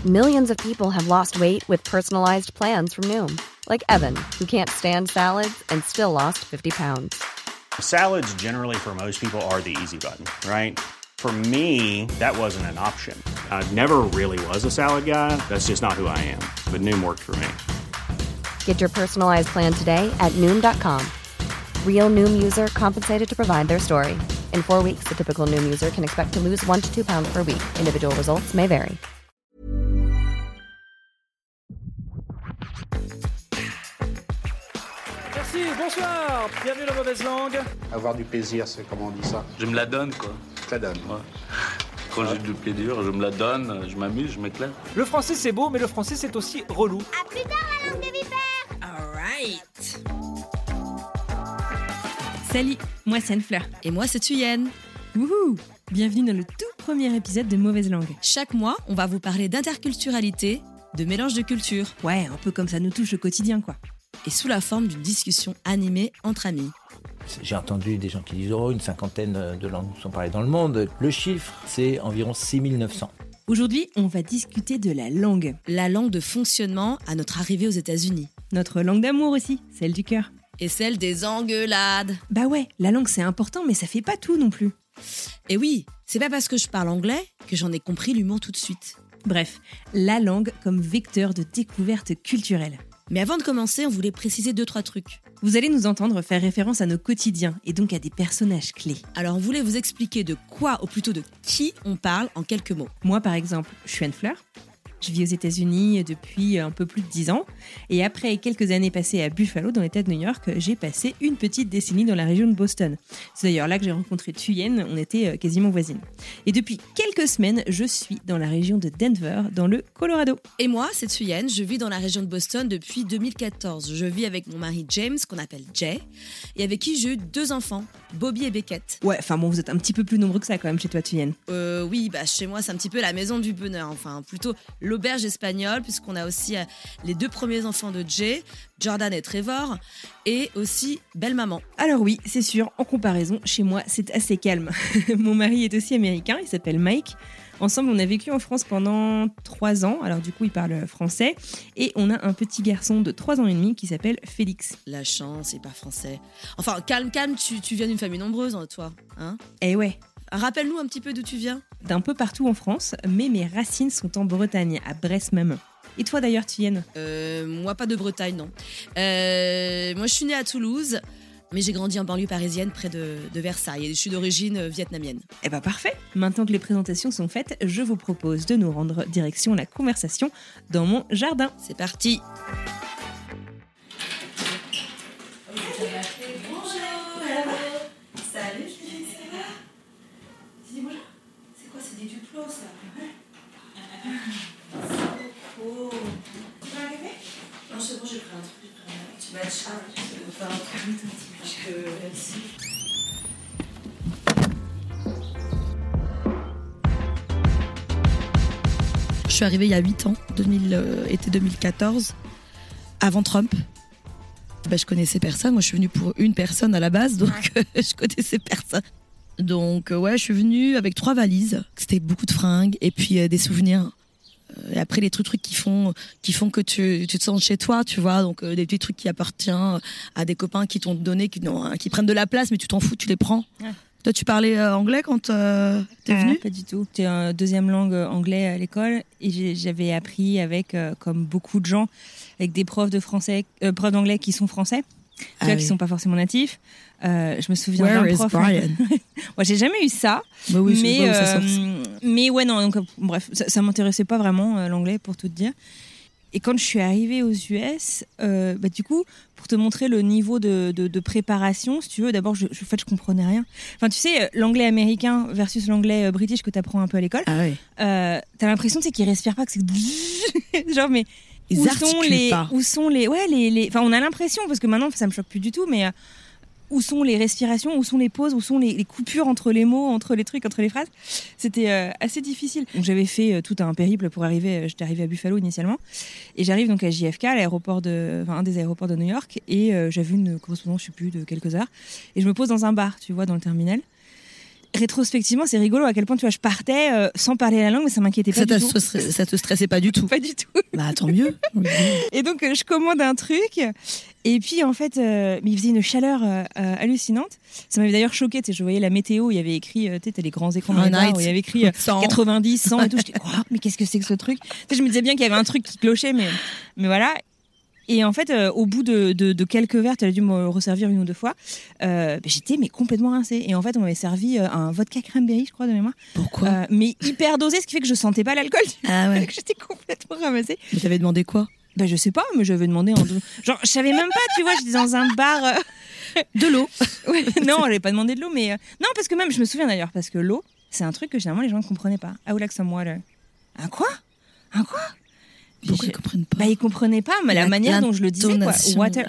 Millions of people have lost weight with personalized plans from Noom. Like Evan, who can't stand salads and still lost 50 pounds. Salads generally for most people are the easy button, right? For me, that wasn't an option. I never really was a salad guy. That's just not who I am. But Noom worked for me. Get your personalized plan today at Noom.com. Real Noom user compensated to provide their story. In 4 weeks, the typical Noom user can expect to lose 1 to 2 pounds per week. Individual results may vary. Merci, bonsoir, bienvenue dans Mauvaise Langue. Avoir du plaisir, c'est comment on dit ça? Je me la donne, quoi. Je la donne. Ouais. Quand j'ai du plaisir, je me la donne, je m'amuse, je m'éclaire. Le français c'est beau, mais le français c'est aussi relou. À plus tard la langue des vipères. Alright. Salut, moi c'est Anne-Fleur. Et moi c'est Thuyen. Wouhou. Bienvenue dans le tout premier épisode de Mauvaise Langue. Chaque mois, on va vous parler d'interculturalité, de mélange de cultures. Ouais, un peu comme ça nous touche au quotidien, quoi. Et sous la forme d'une discussion animée entre amis. J'ai entendu des gens qui disent une cinquantaine de langues sont parlées dans le monde. Le chiffre, c'est environ 6900. Aujourd'hui, on va discuter de la langue. La langue de fonctionnement à notre arrivée aux États-Unis. Notre langue d'amour aussi, celle du cœur. Et celle des engueulades. Bah ouais, la langue c'est important, mais ça fait pas tout non plus. Et oui, c'est pas parce que je parle anglais que j'en ai compris l'humour tout de suite. Bref, la langue comme vecteur de découverte culturelle. Mais avant de commencer, on voulait préciser 2-3 trucs. Vous allez nous entendre faire référence à nos quotidiens et donc à des personnages clés. Alors on voulait vous expliquer de quoi, ou plutôt de qui on parle en quelques mots. Moi par exemple, je suis Anne-Fleur. Je vis aux États-Unis depuis un peu plus de 10 ans. Et après quelques années passées à Buffalo, dans l'État de New York, j'ai passé une petite décennie dans la région de Boston. C'est d'ailleurs là que j'ai rencontré Thuyen, on était quasiment voisines. Et depuis quelques semaines, je suis dans la région de Denver, dans le Colorado. Et moi, c'est Thuyen, je vis dans la région de Boston depuis 2014. Je vis avec mon mari James, qu'on appelle Jay, et avec qui j'ai eu 2 enfants, Bobby et Beckett. Ouais, enfin bon, vous êtes un petit peu plus nombreux que ça quand même chez toi, Thuyen. Oui, chez moi, c'est un petit peu la maison du bonheur, enfin plutôt l'auberge espagnole, puisqu'on a aussi les 2 premiers enfants de Jay, Jordan et Trevor, et aussi belle maman. Alors oui, c'est sûr, en comparaison, chez moi, c'est assez calme. Mon mari est aussi américain, il s'appelle Mike. Ensemble, on a vécu en France pendant 3 ans, alors du coup, il parle français. Et on a un petit garçon de 3 ans et demi qui s'appelle Félix. La chance, il parle français. Enfin, calme, tu viens d'une famille nombreuse, toi, hein? Eh ouais. Rappelle-nous un petit peu d'où tu viens. D'un peu partout en France, mais mes racines sont en Bretagne, à Brest-Mamon. Et toi d'ailleurs, Thuyen? Moi, pas de Bretagne, non. Moi, je suis née à Toulouse, mais j'ai grandi en banlieue parisienne, près de Versailles. Et je suis d'origine vietnamienne. Eh ben parfait. Maintenant que les présentations sont faites, je vous propose de nous rendre direction la conversation dans mon jardin. C'est parti. Oh. Tu veux un café? Non, c'est bon, j'ai pris un truc. Tu vas être chargé. Je vais faire un truc vite un petit peu. Parce que merci. Je suis arrivée il y a 8 ans, été 2014, avant Trump. Je connaissais personne. Moi, je suis venue pour une personne à la base, donc je connaissais personne. Donc, je suis venue avec 3 valises. C'était beaucoup de fringues et puis des souvenirs. Et après, les trucs qui font que tu te sens chez toi, tu vois. Donc, des petits trucs qui appartiennent à des copains qui t'ont donné, qui prennent de la place, mais tu t'en fous, tu les prends. Ouais. Toi, tu parlais anglais quand t'es venue? Pas du tout. J'étais en 2e langue anglais à l'école et j'avais appris avec, comme beaucoup de gens, avec des profs d'anglais qui sont français, qui sont pas forcément natifs. Je me souviens d'un prof. Brian? Moi, j'ai jamais eu ça. Bah oui, mais ouais, non. Donc, bref, ça m'intéressait pas vraiment l'anglais, pour tout te dire. Et quand je suis arrivée aux US, du coup, pour te montrer le niveau de préparation, si tu veux, d'abord, je comprenais rien. Enfin, tu sais, l'anglais américain versus l'anglais british que tu apprends un peu à l'école, t'as l'impression, tu sais, qu'ils respirent pas, que c'est genre, mais où sont les, enfin, on a l'impression, parce que maintenant, ça me choque plus du tout, mais où sont les respirations, où sont les pauses, où sont les coupures entre les mots, entre les trucs, entre les phrases. C'était assez difficile. Donc j'avais fait tout un périple pour arriver, j'étais arrivée à Buffalo initialement, et j'arrive donc à JFK, un des aéroports de New York, et j'avais une correspondance, je sais plus, de quelques heures, et je me pose dans un bar, tu vois, dans le terminal. rétrospectivement, c'est rigolo à quel point, tu vois, je partais sans parler la langue, mais ça m'inquiétait pas du tout. Ça te stressait pas du tout? Pas du tout. Bah, tant mieux. Et donc, je commande un truc. Et puis, en fait, mais il faisait une chaleur hallucinante. Ça m'avait d'ailleurs choquée. Tu sais, je voyais la météo, il y avait écrit, tu sais, t'as les grands écrans dans les bars, où il y avait écrit 90, 100 et tout. J'étais, oh, mais qu'est-ce que c'est que ce truc? Tu sais, je me disais bien qu'il y avait un truc qui clochait, mais voilà. Et en fait, au bout de quelques verres, tu as dû me resservir 1 ou 2 fois, j'étais mais complètement rincée. Et en fait, on m'avait servi un vodka cranberry, je crois, de mémoire. Pourquoi? Mais hyper dosé, ce qui fait que je sentais pas l'alcool. Ah ouais. J'étais complètement ramassée. Mais t'avais demandé quoi? Bah, je sais pas, mais j'avais demandé genre, je savais même pas, tu vois, j'étais dans un bar. De l'eau. Ouais, non, j'avais pas demandé de l'eau, mais. Non, parce que même, je me souviens d'ailleurs, parce que l'eau, c'est un truc que généralement les gens ne comprenaient pas. I would like some water. Un quoi? Pourquoi ils comprennent pas? Bah, ils comprenaient pas, mais la manière dont je le disais, quoi. Water.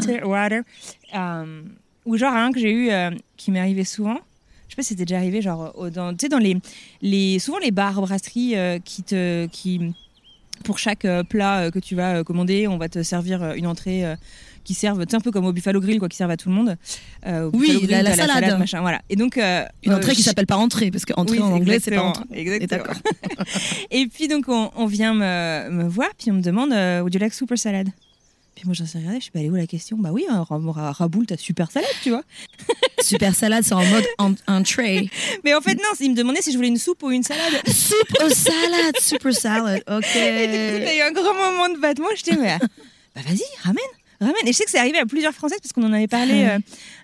Ou genre, un que j'ai eu, qui m'est arrivé souvent. Je sais pas si c'était déjà arrivé, genre, tu sais, dans souvent les bars, brasseries, qui pour chaque plat que tu vas commander, on va te servir une entrée qui servent, tu sais, un peu comme au Buffalo Grill, quoi, qui servent à tout le monde. Oui, Grill, la salade, machin, voilà. Et donc une entrée qui s'appelle pas entrée, parce qu'entrée en anglais c'est pas entrée. Exactement. D'accord. Et puis donc on vient me voir, puis on me demande would you like super salad? Puis moi j'en sais rien, je suis pas allée où la question? Bah oui, Raboul, t'as super salade, tu vois. Super salade, c'est en mode entrée. Mais en fait non, il me demandait si je voulais une soupe ou une salade. Soupe aux salades, super salad, ok. Et du coup t'as eu un grand moment de battement, je dis mais bah vas-y, ramène. Et je sais que c'est arrivé à plusieurs Françaises parce qu'on en avait parlé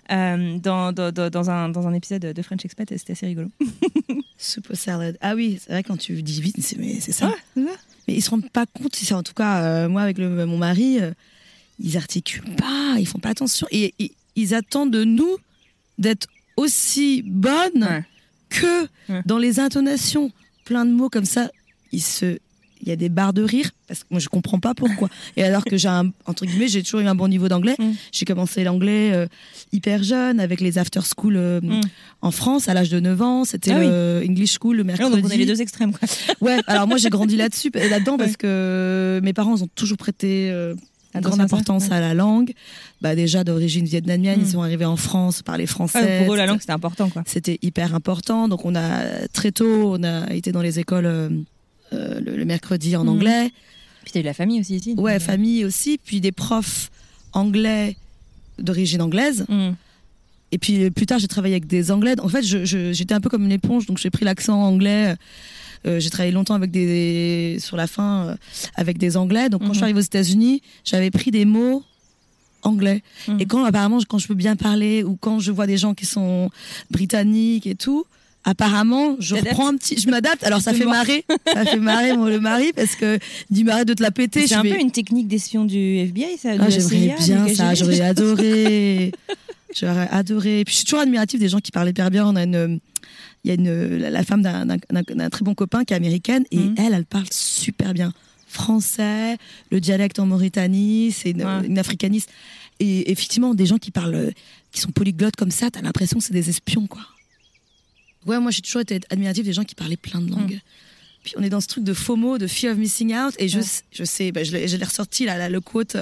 dans un épisode de French Expat et c'était assez rigolo. Super salad. Ah oui, c'est vrai, quand tu dis vite, c'est ça. Ouais, c'est ça. Mais ils se rendent pas compte, en tout cas, moi avec mon mari, ils articulent pas, ils font pas attention. Et ils attendent de nous d'être aussi bonnes que dans les intonations. Plein de mots comme ça, il y a des barres de rire parce que moi je comprends pas pourquoi. Et alors que entre guillemets, j'ai toujours eu un bon niveau d'anglais. J'ai commencé l'anglais hyper jeune avec les after school en France à l'âge de 9 ans. C'était English School le mercredi. Donc on est les deux extrêmes, quoi. Ouais. Alors moi j'ai grandi là-dedans parce que mes parents ont toujours prêté grande importance à la langue. Bah déjà d'origine vietnamienne, ils sont arrivés en France, parlaient français. Pour eux la langue c'était important, quoi. C'était hyper important. Donc très tôt on a été dans les écoles. Le mercredi en anglais. Puis t'as eu la famille aussi ici. Ouais, famille aussi. Puis des profs anglais d'origine anglaise. Et puis plus tard, j'ai travaillé avec des Anglais. En fait, j'étais un peu comme une éponge, donc j'ai pris l'accent anglais. J'ai travaillé longtemps sur la fin avec des Anglais. Donc quand je suis arrivée aux États-Unis, j'avais pris des mots anglais. Et quand je peux bien parler ou quand je vois des gens qui sont britanniques et tout, apparemment, je m'adapte. Alors ça fait marrer le mari parce que dit m'arrête de te la péter. C'est un peu une technique d'espion du FBI, ça. J'aimerais bien ça, j'aurais adoré. J'aurais adoré. Et puis je suis toujours admirative des gens qui parlent hyper bien. Il y a la femme d'un très bon copain qui est américaine et elle parle super bien français, le dialecte en Mauritanie, c'est une africaniste. Et effectivement, des gens qui sont polyglottes comme ça, t'as l'impression que c'est des espions, quoi. Ouais, moi j'ai toujours été admirative des gens qui parlaient plein de langues. Puis on est dans ce truc de FOMO, de fear of missing out, et je sais, je l'ai ressorti là, le quote,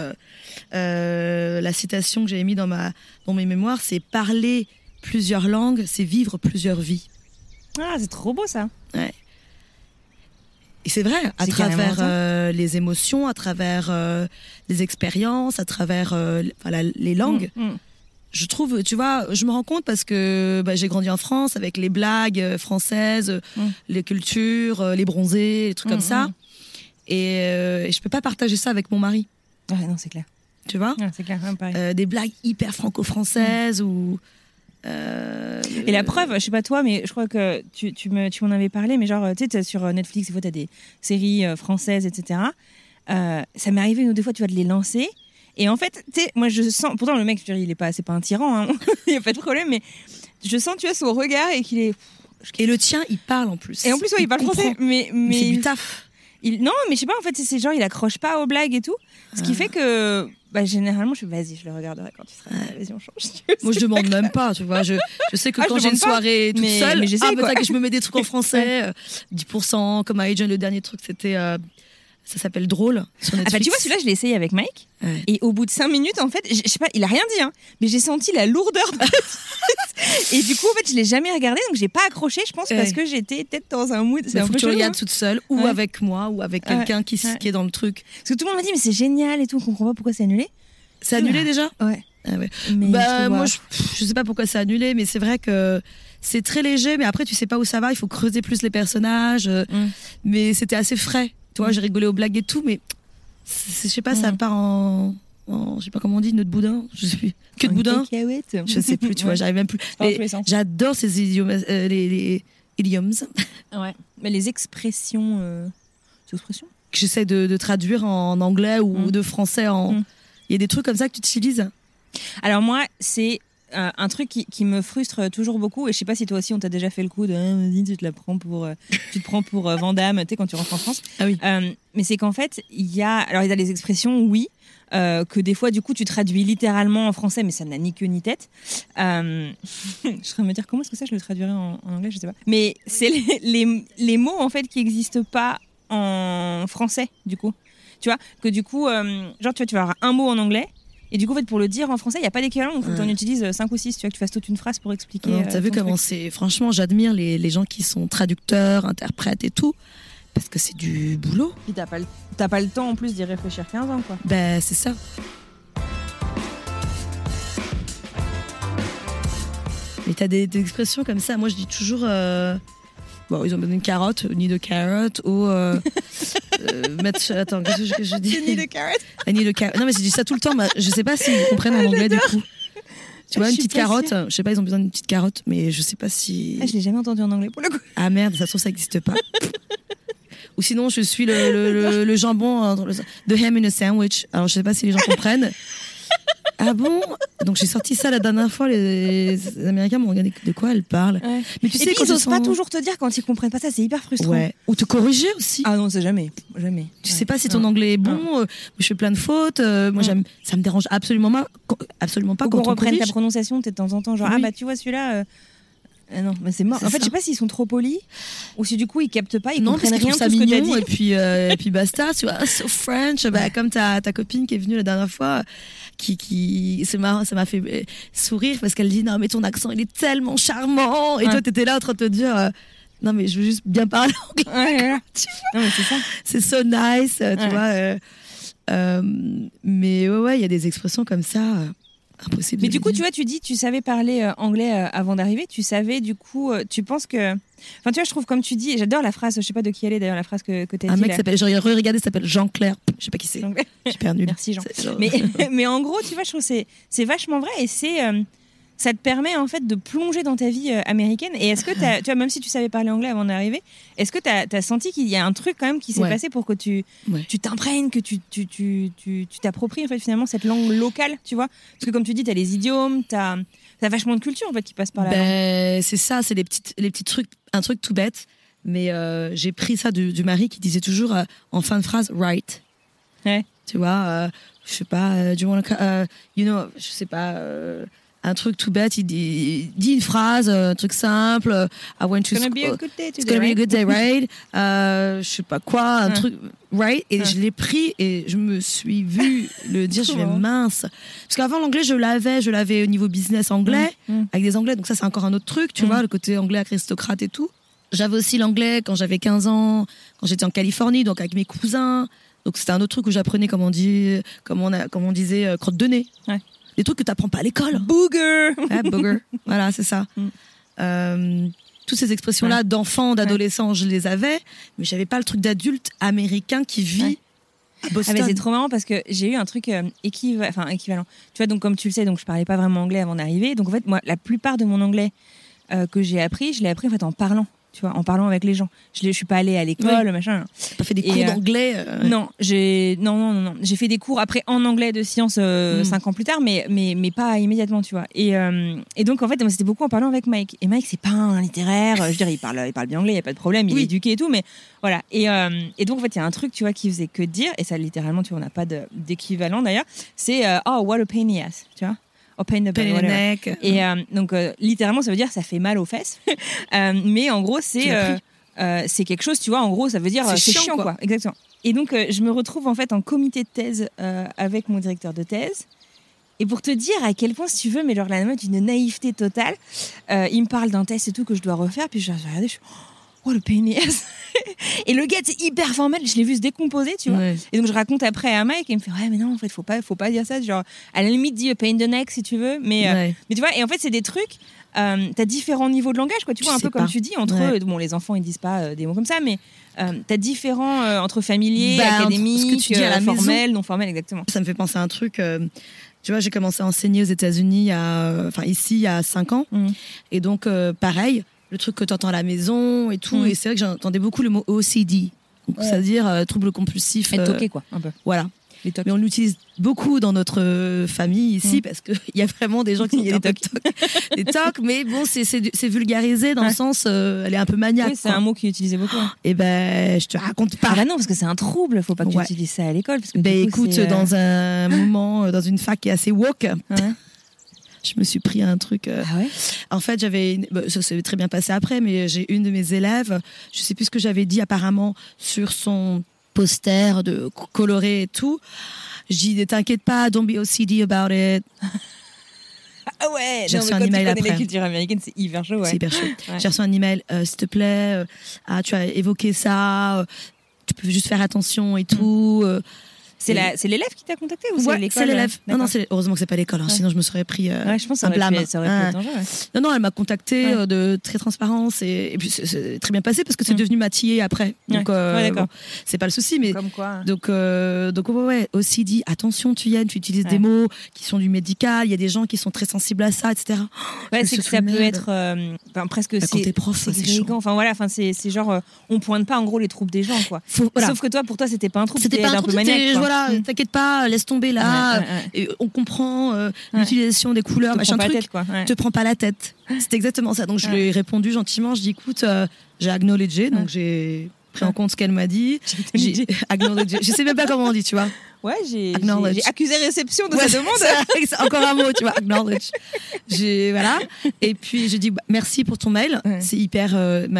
la citation que j'avais mis dans mes mémoires, c'est parler plusieurs langues, c'est vivre plusieurs vies. Ah, c'est trop beau ça. Ouais. Et c'est vrai, à travers les émotions, à travers les expériences, à travers les langues. Je trouve, tu vois, je me rends compte parce que j'ai grandi en France avec les blagues françaises, les cultures, les bronzés, les trucs comme ça. Et je peux pas partager ça avec mon mari. Ouais, non, c'est clair. Tu vois ? Ouais, c'est clair, pareil. Des blagues hyper franco-françaises ou... Et la preuve, je sais pas toi, mais je crois que tu m'en avais parlé, mais genre, tu sais, sur Netflix, des fois, t'as des séries françaises, etc. Ça m'est arrivé une ou deux fois, tu vois, de les lancer. Et en fait, tu sais, moi je sens, pourtant le mec, c'est pas un tyran, hein, il y a pas de problème, mais je sens, tu vois, son regard et qu'il est. Et le tien, il parle en plus. Et en plus, ouais, il parle français, mais c'est du taf. Non, mais je sais pas, en fait, c'est genre, il accroche pas aux blagues et tout, ce qui fait que. Généralement, je le regarderai quand tu seras à la vision change. Moi, je demande même pas, tu vois. Je sais que quand j'ai une soirée toute seule, mais j'essaie, que je me mets des trucs en français, 10%, comme à Agent, le dernier truc, c'était Ça s'appelle Drôle sur Netflix. Ah bah tu vois, celui-là, je l'ai essayé avec Mike. Ouais. Et au bout de 5 minutes, en fait, je sais pas, il a rien dit, hein, mais j'ai senti la lourdeur. Et du coup, en fait, je l'ai jamais regardé, donc j'ai pas accroché, je pense, parce que j'étais peut-être dans un mood. Il faut que tu regardes toute seule, ou Ouais. avec moi, ou avec quelqu'un qui est dans le truc. Parce que tout le monde m'a dit, mais c'est génial et tout, on comprend pas pourquoi c'est annulé. C'est annulé déjà ? Ouais. Ah ouais. Mais Bah, je moi, je sais pas pourquoi c'est annulé, mais c'est vrai que c'est très léger, mais après, tu sais pas où ça va, il faut creuser plus les personnages. Mais c'était assez frais. Tu vois, j'ai rigolé aux blagues et tout, mais je sais pas, ça part en je sais pas comment on dit, nœud de boudin, je sais plus. Que de boudin. Je sais plus, tu vois, j'arrive même plus. J'adore ces idiomes, les idioms. Ouais. Mais les expressions. C'est expressions que j'essaie de traduire en anglais ou de français en. Il y a des trucs comme ça que tu utilises. Alors moi, c'est un truc qui me frustre toujours beaucoup, et je sais pas si toi aussi on t'a déjà fait le coup de vas-y, tu te prends pour Van Damme, tu sais, quand tu rentres en France. Ah oui. Mais c'est qu'en fait, il y a les expressions, oui, que des fois du coup tu traduis littéralement en français, mais ça n'a ni queue ni tête. Je serais me dire comment est-ce que ça je le traduirais en anglais, je sais pas. Mais c'est les mots en fait qui n'existent pas en français, du coup. Tu vois, que du coup, genre tu vas avoir un mot en anglais. Et du coup, en fait, pour le dire en français, il n'y a pas d'équivalent. Il faut que tu en utilises 5 ou 6, tu vois, que tu fasses toute une phrase pour expliquer. T'as vu comment c'est. Franchement, j'admire les gens qui sont traducteurs, interprètes et tout. Parce que c'est du boulot. Puis t'as pas le temps en plus d'y réfléchir 15 ans, quoi. Ben, c'est ça. Mais t'as des expressions comme ça. Moi, je dis toujours. Bon, ils ont donné une carotte, need a carrot, ou mettre. Attends, qu'est-ce que je dis? Need a carrot. I need a carrot. Non, mais je dis ça tout le temps. Mais je sais pas s'ils comprennent en anglais du coup. Tu vois, une petite carotte. Je sais pas, ils ont besoin d'une petite carotte, mais je sais pas si. Ah, je l'ai jamais entendu en anglais pour le coup. Ah merde, ça se trouve ça n'existe pas. Ou sinon, je suis le jambon, the ham in a sandwich. Alors, je sais pas si les gens comprennent. Ah bon? Donc j'ai sorti ça la dernière fois, les Américains m'ont regardé de quoi elle parle. Ouais. Mais tu sais, quand ils osent pas toujours te dire quand ils comprennent pas ça, c'est hyper frustrant. Ouais. Ou te corriger aussi. Ah non, c'est jamais. Tu sais pas si ton anglais est bon, je fais plein de fautes, moi ça me dérange absolument pas ou quand on reprenne corrige. ta prononciation de temps en temps, genre oui. Ah bah tu vois celui-là non, mais c'est mort. En fait, je sais pas s'ils sont trop polis ou si du coup ils captent pas, ils comprennent rien de tout ce que t'as dit. Et puis basta, tu vois, so French, bah, comme ta copine qui est venue la dernière fois, qui c'est marrant, ça m'a fait sourire parce qu'elle dit non mais ton accent il est tellement charmant et toi t'étais là en train de te dire non mais je veux juste bien parler anglais. Ouais. Non mais c'est ça. C'est so nice, tu vois. Mais ouais, il y a des expressions comme ça. Impossible. Mais du coup, tu vois, tu dis, tu savais parler anglais avant d'arriver. Tu savais, du coup, tu penses que. Enfin, tu vois, je trouve, comme tu dis, j'adore la phrase, je sais pas de qui elle est d'ailleurs, la phrase que tu as dit. Un mec qui s'appelle, j'ai regardé, s'appelle Jean-Claire. Je sais pas qui c'est. Super nul. Merci, Jean. Mais en gros, tu vois, je trouve que c'est vachement vrai et ça te permet en fait de plonger dans ta vie américaine. Et est-ce que tu vois, même si tu savais parler anglais avant d'arriver, est-ce que tu as senti qu'il y a un truc quand même qui s'est passé pour que tu t'imprègnes, que tu t'appropries en fait finalement cette langue locale, tu vois? Parce que comme tu dis, tu as les idiomes, tu as vachement de culture en fait qui passe par là. C'est ça, c'est les petits trucs, un truc tout bête. Mais j'ai pris ça du mari qui disait toujours en fin de phrase right. Ouais. Tu vois, je sais pas, you know, je sais pas. Un truc tout bête, il dit une phrase, un truc simple. I went to school. It's gonna be a good day, right? Je sais pas quoi, un truc, right? Et je l'ai pris et je me suis vue le dire, je vais mince. Parce qu'avant, l'anglais, je l'avais au niveau business anglais, avec des anglais, donc ça, c'est encore un autre truc, tu vois, le côté anglais aristocrate et tout. J'avais aussi l'anglais quand j'avais 15 ans, quand j'étais en Californie, donc avec mes cousins. Donc c'était un autre truc où j'apprenais, comme on disait, crotte de nez. Ouais. Des trucs que t'apprends pas à l'école. Booger. Ouais, booger. Voilà, c'est ça. Toutes ces expressions-là d'enfants, d'adolescents, je les avais, mais j'avais pas le truc d'adulte américain qui vit à Boston. Ah, c'est trop marrant parce que j'ai eu un truc équivalent. Tu vois, donc comme tu le sais, donc je parlais pas vraiment anglais avant d'arriver. Donc en fait, moi, la plupart de mon anglais que j'ai appris, je l'ai appris en fait en parlant. Tu vois, en parlant avec les gens. Je suis pas allée à l'école, machin. T'as pas fait des cours d'anglais Non, j'ai fait des cours après en anglais de sciences 5 ans plus tard, mais pas immédiatement, tu vois. Et donc en fait, moi, c'était beaucoup en parlant avec Mike. Et Mike, c'est pas un littéraire. Je veux dire, il parle bien anglais, il y a pas de problème, il est éduqué et tout, mais voilà. Et donc en fait, il y a un truc, tu vois, qui faisait que dire, et ça littéralement, tu vois, on n'a pas d'équivalent d'ailleurs. C'est oh what a pain in the ass, tu vois. Pain in the neck. Et donc littéralement ça veut dire ça fait mal aux fesses. Mais en gros c'est c'est quelque chose, tu vois, en gros, ça veut dire c'est chiant, quoi. Exactement. Et donc, je me retrouve en fait en comité de thèse avec mon directeur de thèse. Et pour te dire à quel point, si tu veux, mais genre la mode d'une naïveté totale, il me parle d'un test et tout que je dois refaire, puis je regarde, je suis oh le pénis. Et le gars, c'est hyper formel, je l'ai vu se décomposer, tu vois. Ouais. Et donc je raconte après à Mike et il me fait ouais mais non en fait faut pas dire ça, genre à la limite dis pain the neck si tu veux, mais tu vois, et en fait c'est des trucs. T'as différents niveaux de langage, quoi. Tu vois, un peu comme tu dis, entre eux, bon, les enfants ils disent pas des mots comme ça, mais t'as différents entre familiers, académiques, formels, non formels, exactement. Ça me fait penser à un truc. Tu vois, j'ai commencé à enseigner aux États-Unis, ici, il y a 5 ans. Et donc, pareil, le truc que t'entends à la maison et tout. Et c'est vrai que j'entendais beaucoup le mot OCD. C'est-à-dire trouble compulsif. Être toqué, quoi, un peu. Voilà. Mais on l'utilise beaucoup dans notre famille ici parce qu'il y a vraiment des gens qui ont des tocs, mais bon, c'est vulgarisé dans le sens, elle est un peu maniaque. Oui, c'est un mot qui est utilisé beaucoup. Et ben, je te raconte pas. Ah bah non, parce que c'est un trouble, faut pas que tu utilises ça à l'école. Parce que écoute, dans un moment, dans une fac qui est assez woke, je me suis pris un truc. En fait, ça s'est très bien passé après, mais j'ai une de mes élèves, je sais plus ce que j'avais dit apparemment sur son poster de coloré et tout. Je dis ne t'inquiète pas, don't be OCD about it. Ah ouais, j'ai reçu un email après. La culture américaine, c'est hyper chaud. C'est hyper chaud. J'ai reçu un email, s'il te plaît, tu as évoqué ça, tu peux juste faire attention et tout. C'est l'élève qui t'a contacté ou c'est l'école? C'est l'élève. Non, heureusement que c'est pas l'école, sinon je me serais pris je pense un blâme. Ça aurait pu être dangereux. Non, elle m'a contacté de très transparence et puis c'est très bien passé parce que c'est devenu Mathieu après. Donc bon, c'est pas le souci, mais comme quoi. Donc aussi dit attention, tu utilises des mots qui sont du médical. Il y a des gens qui sont très sensibles à ça, etc. Ouais, c'est que ça peut être presque quand t'es prof, c'est chaud. Enfin voilà, c'est genre on pointe pas en gros les troubles des gens, quoi. Sauf que pour toi c'était pas un trouble, c'était un peu maniaque. T'inquiète pas, laisse tomber là. Et on comprend l'utilisation des couleurs, machin truc. Te prends pas la tête. C'est exactement ça. Donc je lui ai répondu gentiment. Je dis écoute, j'ai acknowledgé, donc j'ai pris en compte ce qu'elle m'a dit. J'ai acknowledgé. Je sais même pas comment on dit, tu vois. Ouais, j'ai accusé réception de sa demande. C'est encore un mot, tu vois, acknowledge. Voilà. Et puis j'ai dit merci pour ton mail. C'est hyper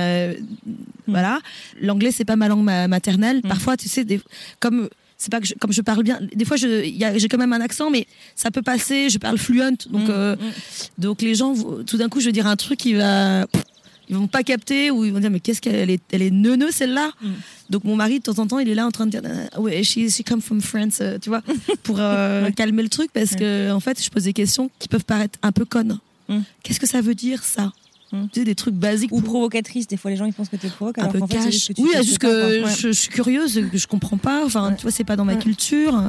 voilà. L'anglais c'est pas ma langue maternelle. Parfois, tu sais, c'est pas que comme je parle bien, des fois j'ai quand même un accent, mais ça peut passer, je parle fluent, donc les gens, tout d'un coup je vais dire un truc ils vont pas capter, ou ils vont dire mais qu'est-ce qu'elle est, elle est neuneux celle-là. Donc mon mari de temps en temps il est là en train de dire ouais, she come from France, tu vois, pour calmer le truc, parce que en fait je pose des questions qui peuvent paraître un peu connes. Qu'est-ce que ça veut dire ça? Tu sais, des trucs basiques ou provocatrices. Des fois les gens ils pensent que t'es provoque, un alors peu qu'en cash. Fait, oui, juste que je suis curieuse, que je comprends pas, enfin tu vois, c'est pas dans ma culture.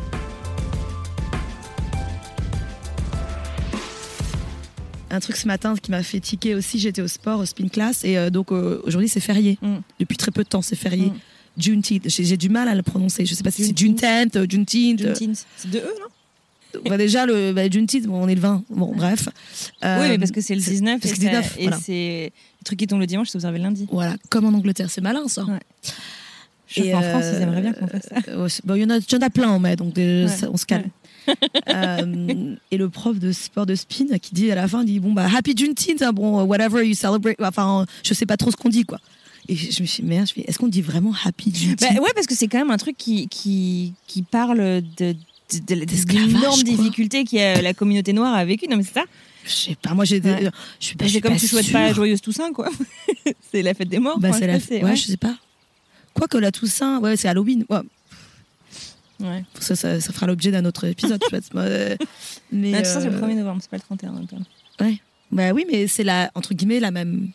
Un truc ce matin qui m'a fait tiquer aussi, j'étais au sport, au spin class, et donc aujourd'hui c'est férié. Depuis très peu de temps c'est férié. Juneteenth, j'ai du mal à le prononcer, je sais pas si c'est Juneteenth, Juneteenth. C'est de eux, non? Bah déjà le Juneteenth, bon, on est le 20, bon bref. Oui, mais parce que c'est le 19 et c'est le truc qui tombe le dimanche, c'est observé le lundi. Voilà, comme en Angleterre, c'est malin ça. Et en France, ils aimeraient bien qu'on fasse ça. Bon, il y en a plein, mais donc on se calme. Et le prof de sport de spin qui dit à la fin, dit bon bah Happy Juneteenth, hein, bon whatever you celebrate, enfin je sais pas trop ce qu'on dit, quoi. Et je me suis dit, merde, est-ce qu'on dit vraiment Happy Juneteenth? Ouais, parce que c'est quand même un truc qui parle de l'énorme difficulté que la communauté noire a vécue. Non mais c'est ça. Je sais pas, moi je suis pas. C'est comme tu souhaites pas la joyeuse Toussaint, quoi. C'est la fête des morts. Bah c'est je sais pas. Quoi que la Toussaint, c'est Halloween. Ouais. Ça fera l'objet d'un autre épisode, je pense. Mais la Toussaint c'est le 1er novembre, c'est pas le 31 novembre. Ouais. Bah oui, mais c'est entre guillemets la même.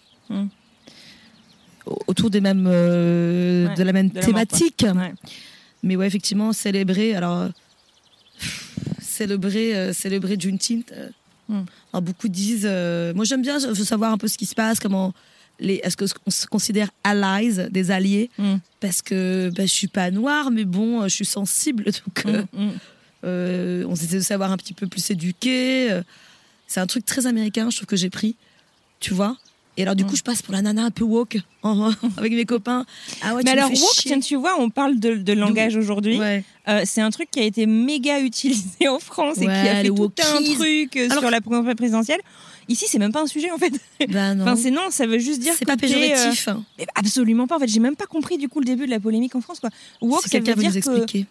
Autour des mêmes de la même thématique. Mort, mais ouais, effectivement, célébrer Juneteenth. Alors beaucoup disent, moi j'aime bien, je veux savoir un peu ce qui se passe, est-ce qu'on se considère allies, des alliés, parce que je suis pas noire, mais bon, je suis sensible, donc on essaie de savoir un petit peu plus éduqué. C'est un truc très américain, je trouve, que j'ai pris, tu vois. Et alors, du coup, je passe pour la nana un peu woke avec mes copains. Ah ouais, mais tu alors, me fais woke, chier. tiens, tu vois, on parle de langage aujourd'hui. Ouais. C'est un truc qui a été méga utilisé en France et qui a fait le tout un wokisme. truc sur la campagne présidentielle. Ici, c'est même pas un sujet, en fait. Bah non. Enfin, non, ça veut juste dire c'est que pas péjoratif. mais absolument pas. En fait, j'ai même pas compris, du coup, le début de la polémique en France, quoi. Woke, Si ça quelqu'un veut veut dire nous expliquer.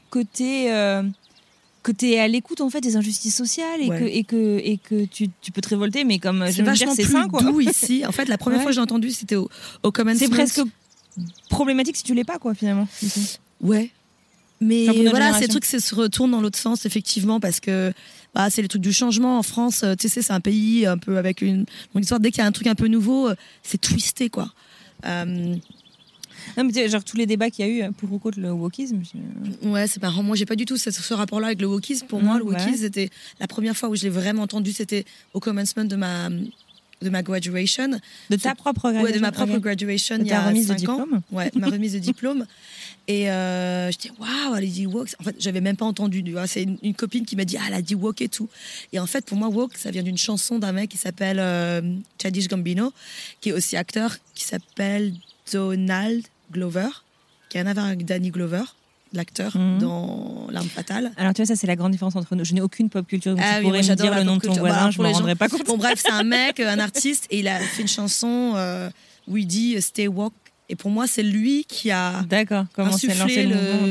que t'es à l'écoute en fait des injustices sociales et que tu peux te révolter, mais comme je C'est veux dire, vachement c'est plus sain, quoi. doux ici. En fait, la première Ouais. fois que j'ai entendu, c'était au Commencement. C'est presque problématique si tu l'es pas, quoi, finalement. Ici. Ouais. Mais Enfin, pour notre voilà, génération. ces trucs se retournent dans l'autre sens, effectivement, parce que c'est les trucs du changement. En France, tu sais, c'est un pays un peu avec une histoire. Dès qu'il y a un truc un peu nouveau, c'est twisté, quoi. Non, mais tu sais, genre tous les débats qu'il y a eu pour ou contre le wokisme. Ouais, c'est marrant. Moi, j'ai pas du tout ce rapport-là avec le wokisme. Pour moi, le wokisme, c'était la première fois où je l'ai vraiment entendu, c'était au commencement de ma graduation. De ta propre graduation. Ouais, de ma propre graduation. De il y ta a remise de 5 ans. diplôme. Ouais, ma remise de diplôme. Et je dis waouh, elle dit woke. En fait, j'avais même pas entendu. C'est une copine qui m'a dit elle a dit woke et tout. Et en fait, pour moi, woke, ça vient d'une chanson d'un mec qui s'appelle Childish Gambino, qui est aussi acteur, qui s'appelle Donald Glover, qui a un avar avec Danny Glover, l'acteur dans L'Arme Fatale. Alors tu vois, ça c'est la grande différence entre nous. Je n'ai aucune pop culture, donc tu oui, pourrais moi, me j'adore dire la le nom pop de ton culture. voisin, Bah, je pour m'en les rendrais gens- pas compte. Bon bref, c'est un mec, un artiste, et il a fait une chanson où il dit Stay woke. Et pour moi, c'est lui qui a insufflé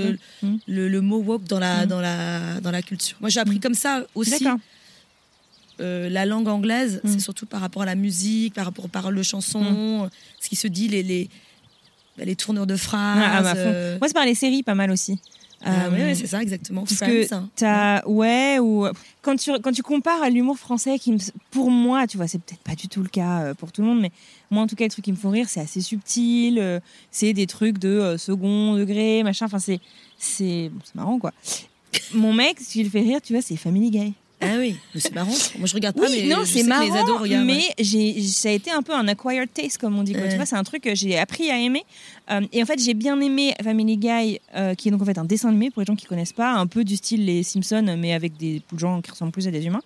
le mot woke dans la culture. Moi, j'ai appris comme ça aussi. La langue anglaise, c'est surtout par rapport à la musique, par rapport aux paroles de chansons, ce qui se dit, les tournures de phrases. Moi, c'est par les séries pas mal aussi. Oui, c'est ça, exactement. Parce Friends, que t'as, ou quand tu compares à l'humour français, pour moi, tu vois, c'est peut-être pas du tout le cas pour tout le monde, mais moi, en tout cas, les trucs qui me font rire, c'est assez subtil, c'est des trucs de second degré, machin. Enfin, c'est marrant, quoi. Mon mec, ce qui le fait rire, tu vois, c'est Family Guy. Ah oui, mais c'est marrant. Moi, je regarde pas, Oui, mais non, je c'est sais que marrant, les ados regardent. mais ça a été un peu un acquired taste, comme on dit. Quoi. Ouais. Tu vois, c'est un truc que j'ai appris à aimer. Et en fait, j'ai bien aimé Family Guy, qui est donc en fait un dessin animé, pour les gens qui connaissent pas, un peu du style les Simpsons, mais avec des gens qui ressemblent plus à des humains.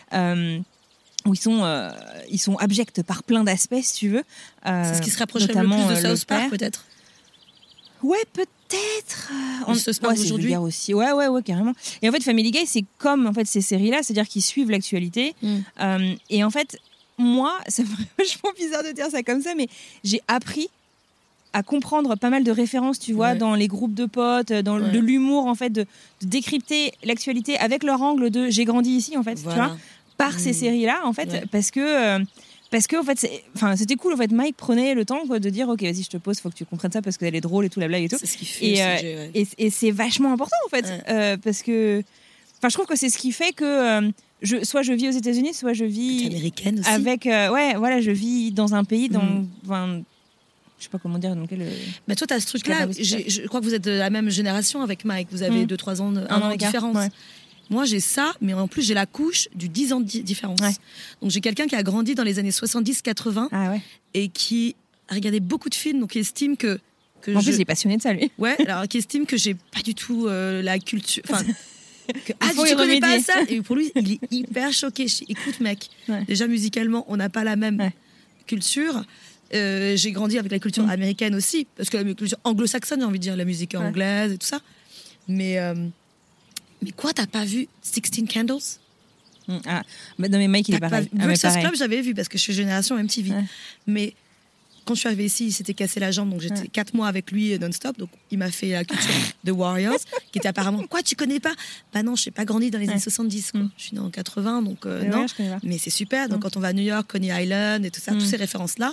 Où ils sont abjects par plein d'aspects, si tu veux. C'est ce qui se rapprocherait le notamment, plus de le South Park, père. peut-être. Ouais, peut-être. South Park c'est d'aujourd'hui. vulgaire aussi. Ouais, carrément. Et en fait, Family Guy, c'est comme en fait ces séries-là, c'est-à-dire qu'ils suivent l'actualité. Et en fait, moi, ça me paraît vachement bizarre de dire ça comme ça, mais j'ai appris à comprendre pas mal de références, tu vois, dans les groupes de potes, de l'humour, en fait, de décrypter l'actualité avec leur angle de j'ai grandi ici, en fait, tu vois, par ces séries-là, en fait, parce que en fait, c'était cool. En fait, Mike prenait le temps, quoi, de dire, ok, vas-y, je te pose, faut que tu comprennes ça parce qu'elle est drôle et tout, la blague et tout. C'est ce qu'il fait. Et c'est vachement important, en fait, parce que, je trouve que c'est ce qui fait que soit je vis aux États-Unis, soit je vis américaine aussi. avec, je vis dans un pays je sais pas comment dire, dans quel. Mais toi, tu as ce truc-là. Je crois que vous êtes de la même génération avec Mike. Vous avez 2-3 ans, un an de différence. Ouais. Moi, j'ai ça, mais en plus, j'ai la couche du 10 ans de différence. Ouais. Donc, j'ai quelqu'un qui a grandi dans les années 70-80 et qui a regardé beaucoup de films, donc qui estime que en plus, il est passionné de ça, lui. Ouais, alors qui estime que j'ai pas du tout la culture. Enfin. Tu y connais pas ça. Et pour lui, il est hyper choqué. Je dis, écoute, mec, déjà musicalement, on n'a pas la même culture. J'ai grandi avec la culture américaine aussi, parce que la culture anglo-saxonne, j'ai envie de dire, la musique anglaise et tout ça. Mais quoi, t'as pas vu 16 Candles? Non, mais Mike, il est pareil. Breakfast Club, j'avais vu, parce que je suis génération MTV. Mais quand je suis arrivée ici, il s'était cassé la jambe, donc j'étais 4 mois avec lui non-stop. Donc il m'a fait la culture de Warriors, qui était apparemment, quoi, tu connais pas? Bah non, je n'ai pas grandi dans les années 70. Quoi. Je suis née en 80, donc non. Mais c'est super. Donc quand on va à New York, Coney Island et tout ça, toutes ces références-là.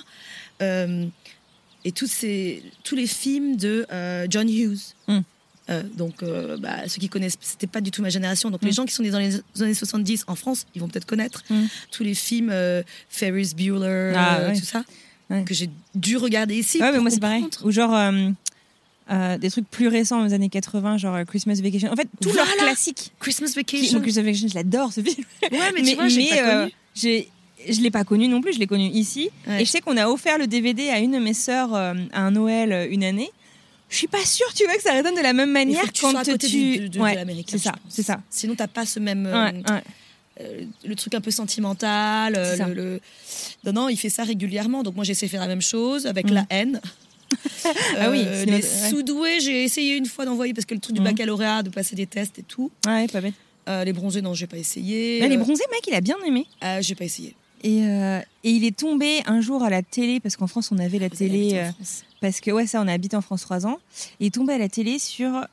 Et tous les films de John Hughes. Ceux qui connaissent, c'était pas du tout ma génération. Donc les gens qui sont nés dans les années 70 en France, ils vont peut-être connaître tous les films Ferris Bueller, tout ça. Que j'ai dû regarder ici. Ouais, mais moi c'est pareil. Ou genre des trucs plus récents dans les années 80, genre Christmas Vacation. En fait, tous leurs classiques. Christmas Vacation. Christmas Vacation, je l'adore ce film. Ouais, mais tu vois, j'ai pas connu. Je l'ai pas connu non plus, je l'ai connu ici. Et je sais qu'on a offert le DVD à une de mes sœurs à un Noël une année. Je suis pas sûre, tu vois, que ça résonne de la même manière quand tu sois à côté de ouais, l'américain. C'est ça. Sinon, t'as pas ce même. le truc un peu sentimental. Non, il fait ça régulièrement. Donc moi, j'essaie de faire la même chose avec la haine. Ah oui, les sous-doués, j'ai essayé une fois d'envoyer parce que le truc du baccalauréat, de passer des tests et tout. Ouais, pas bête. Les bronzés, non, j'ai pas essayé. Les bronzés, mec, il a bien aimé. J'ai pas essayé. Et il est tombé un jour à la télé, parce qu'en France, on avait la télé. Parce que, on a habité en France 3 ans. Il est tombé à la télé sur.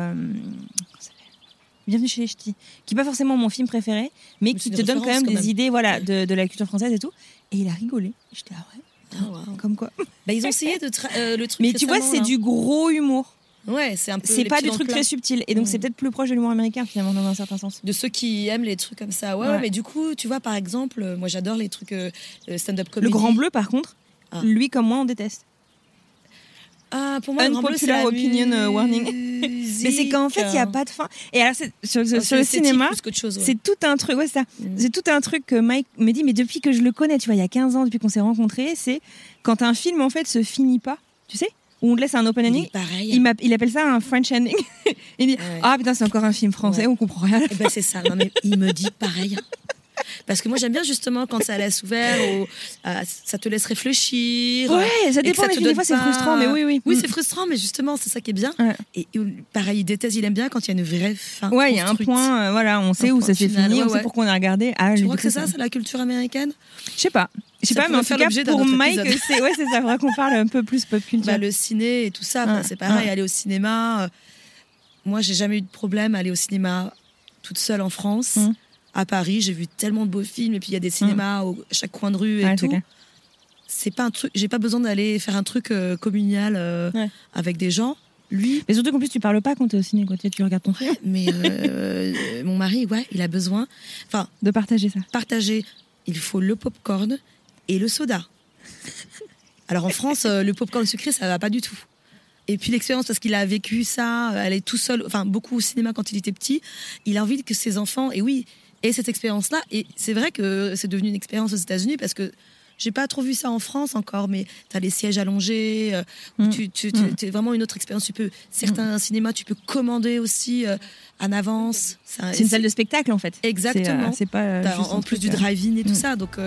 Bienvenue chez les Ch'tis, qui n'est pas forcément mon film préféré, mais qui te donne quand même des idées de la culture française et tout. Et il a rigolé. J'étais comme quoi. Ils ont essayé de le truc. Mais tu vois, c'est du gros humour. Ouais, c'est un peu. C'est pas du truc très subtil. Et donc, c'est peut-être plus proche de l'humour américain, finalement, dans un certain sens. De ceux qui aiment les trucs comme ça. Ouais, mais du coup, tu vois, par exemple, moi, j'adore les trucs stand-up comedy. Le Grand Bleu, par contre, lui comme moi, on déteste. Pour moi, Unpopular opinion warning. Mais c'est qu'en fait, il n'y a pas de fin. Et alors, sur le cinéma, c'est tout un truc. Ouais, ça. C'est tout un truc que Mike me dit, mais depuis que je le connais, tu vois, il y a 15 ans, depuis qu'on s'est rencontrés, c'est quand un film, en fait, se finit pas, tu sais, où on te laisse un open ending. Il appelle ça un French ending. Il dit, putain, c'est encore un film français, on comprend rien. C'est ça. Non, mais il me dit pareil. Parce que moi j'aime bien justement quand ça laisse ouvert, ça te laisse réfléchir. Ouais, ça dépend. Des fois c'est frustrant, mais oui. Oui, c'est frustrant, mais justement c'est ça qui est bien. Ouais. Et pareil, il aime bien quand il y a une vraie fin. Ouais, il y a un point, on sait où ça s'est fini, on sait pourquoi on a regardé. Tu crois que c'est ça, c'est la culture américaine? Je sais pas, mais en tout cas pour Mike, c'est ça, faudrait qu'on parle un peu plus pop culture. Le ciné et tout ça, c'est pareil, aller au cinéma. Moi, j'ai jamais eu de problème à aller au cinéma toute seule en France. À Paris, j'ai vu tellement de beaux films et puis il y a des cinémas à chaque coin de rue et tout. C'est pas un truc, j'ai pas besoin d'aller faire un truc communal avec des gens. Lui. Mais surtout qu'en plus tu parles pas quand t'es au ciné, quand tu regardes ton film. Mais mon mari, il a besoin, de partager ça. Il faut le popcorn et le soda. Alors en France, le popcorn sucré, ça va pas du tout. Et puis l'expérience, parce qu'il a vécu ça, elle est tout seul, beaucoup au cinéma quand il était petit. Il a envie que ses enfants, aient cette expérience-là. Et c'est vrai que c'est devenu une expérience aux États-Unis parce que j'ai pas trop vu ça en France encore, mais t'as les sièges allongés, où c'est vraiment une autre expérience. Certains cinémas, tu peux commander aussi en avance. C'est une salle de spectacle en fait. Exactement. C'est pas en plus du drive-in et tout ça, donc.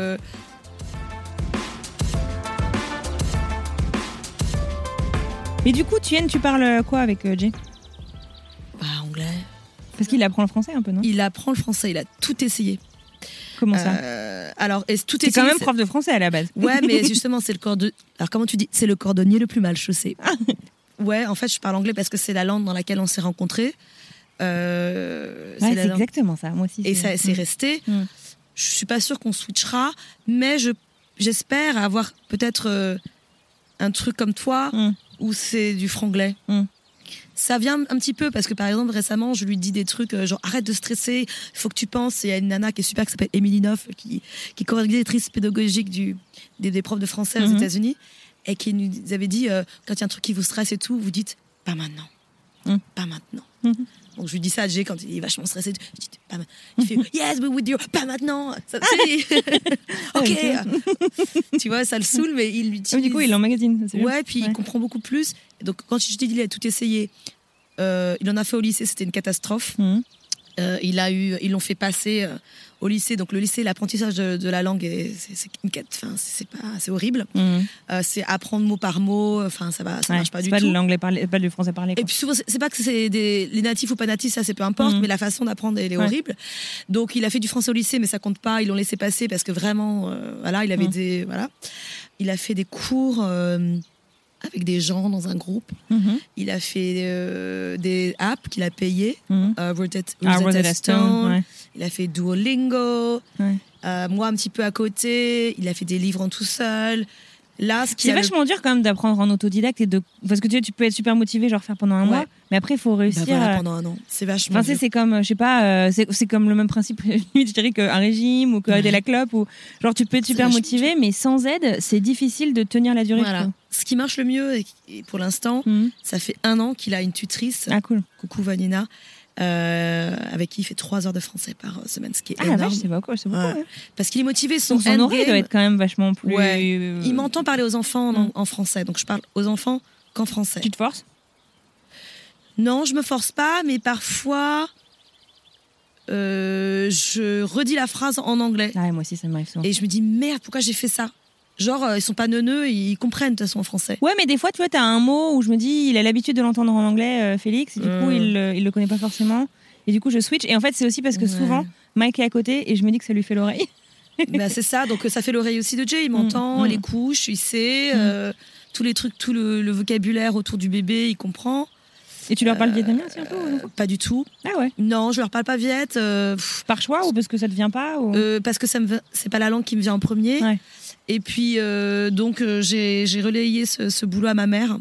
Mais du coup, tu parles quoi avec Jay? Anglais. Parce qu'il apprend le français un peu, non? Il apprend le français, il a tout essayé. Comment ça? Alors, tout c'est quand même prof de français à la base. Ouais, mais justement, c'est le Alors, comment tu dis? C'est le cordonnier le plus mal chaussé. Ouais, en fait, je parle anglais parce que c'est la langue dans laquelle on s'est rencontrés. C'est exactement ça, moi aussi. Et ça, c'est resté. Je suis pas sûre qu'on switchera, mais j'espère avoir peut-être un truc comme toi où c'est du franglais. Ça vient un petit peu parce que par exemple récemment je lui dis des trucs genre arrête de stresser, il faut que tu penses. Il y a une nana qui est super qui s'appelle Émilie Neuf qui est correctrice pédagogique des profs de français aux États-Unis et qui nous avait dit quand il y a un truc qui vous stresse et tout, vous dites pas maintenant, pas maintenant. Donc je lui dis ça à Jay quand il est vachement stressé. Je dis pas maintenant. Il fait yes but with you, pas maintenant. Ça, ok. Tu vois, ça le saoule, mais il l'utilise. Du coup, il l'emmagasine. Ouais, puis il comprend beaucoup plus. Donc quand je te dis il a tout essayé, il en a fait au lycée, c'était une catastrophe. Ils l'ont fait passer au lycée. Donc le lycée, l'apprentissage de la langue, c'est horrible. C'est apprendre mot par mot. Enfin, ça marche pas du tout. C'est pas de l'anglais parlé, pas du français parlé. Et puis souvent, c'est pas que c'est les natifs ou pas natifs, ça c'est peu importe, mais la façon d'apprendre elle est horrible. Donc il a fait du français au lycée, mais ça compte pas. Ils l'ont laissé passer parce que vraiment, il avait il a fait des cours. Avec des gens dans un groupe. Il a fait des apps qu'il a payées. Rosetta Stone. Ouais. Il a fait Duolingo. Moi, un petit peu à côté. Il a fait des livres en tout seul. Là, c'est vachement dur quand même d'apprendre en autodidacte parce que tu peux être super motivé, genre faire pendant un mois, mais après il faut réussir. Pendant un an, c'est vachement. Enfin, c'est comme, je sais pas, c'est comme le même principe, je dirais qu'un régime ou que de la clope ou genre tu peux être super motivé, mais sans aide, c'est difficile de tenir la durée. Voilà. Ce qui marche le mieux, et pour l'instant, ça fait 1 an qu'il a une tutrice. Ah cool. Coucou Vanina. Avec qui il fait 3 heures de français par semaine, ce qui est énorme. La vache, c'est beaucoup. Ouais. Parce qu'il est motivé. Son oreille doit être quand même vachement plus. Ouais. Il m'entend parler aux enfants en français, donc je parle aux enfants qu'en français. Tu te forces? Non, je me force pas, mais parfois je redis la phrase en anglais. Ah ouais, moi aussi, ça m'arrive souvent. Et je me dis, merde, pourquoi j'ai fait ça? Genre, ils sont pas neuneux, ils comprennent de toute façon en français. Ouais, mais des fois, tu vois, t'as un mot où je me dis, il a l'habitude de l'entendre en anglais, Félix, et du coup, il le connaît pas forcément. Et du coup, je switch. Et en fait, c'est aussi parce que souvent, Mike est à côté et je me dis que ça lui fait l'oreille. Bah, c'est ça, donc ça fait l'oreille aussi de Jay. Il m'entend, les couches, il sait, tous les trucs, tout le vocabulaire autour du bébé, il comprend. Et tu leur parles vietnamien aussi un peu ou... Pas du tout. Ah ouais. Non, je leur parle pas viet. Par choix ou parce que ça te vient pas ou... Parce que c'est pas la langue qui me vient en premier. Ouais. Et puis donc j'ai relayé ce boulot à ma mère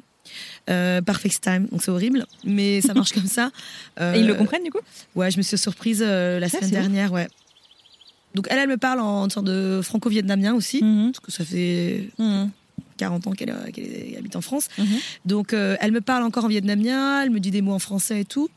par FaceTime. Donc c'est horrible, mais ça marche comme ça. Et ils le comprennent du coup? Ouais, je me suis surprise la semaine dernière. Ouais. Donc elle me parle en sorte de franco-vietnamien aussi, parce que ça fait 40 ans qu'elle habite en France. Donc elle me parle encore en vietnamien, elle me dit des mots en français et tout.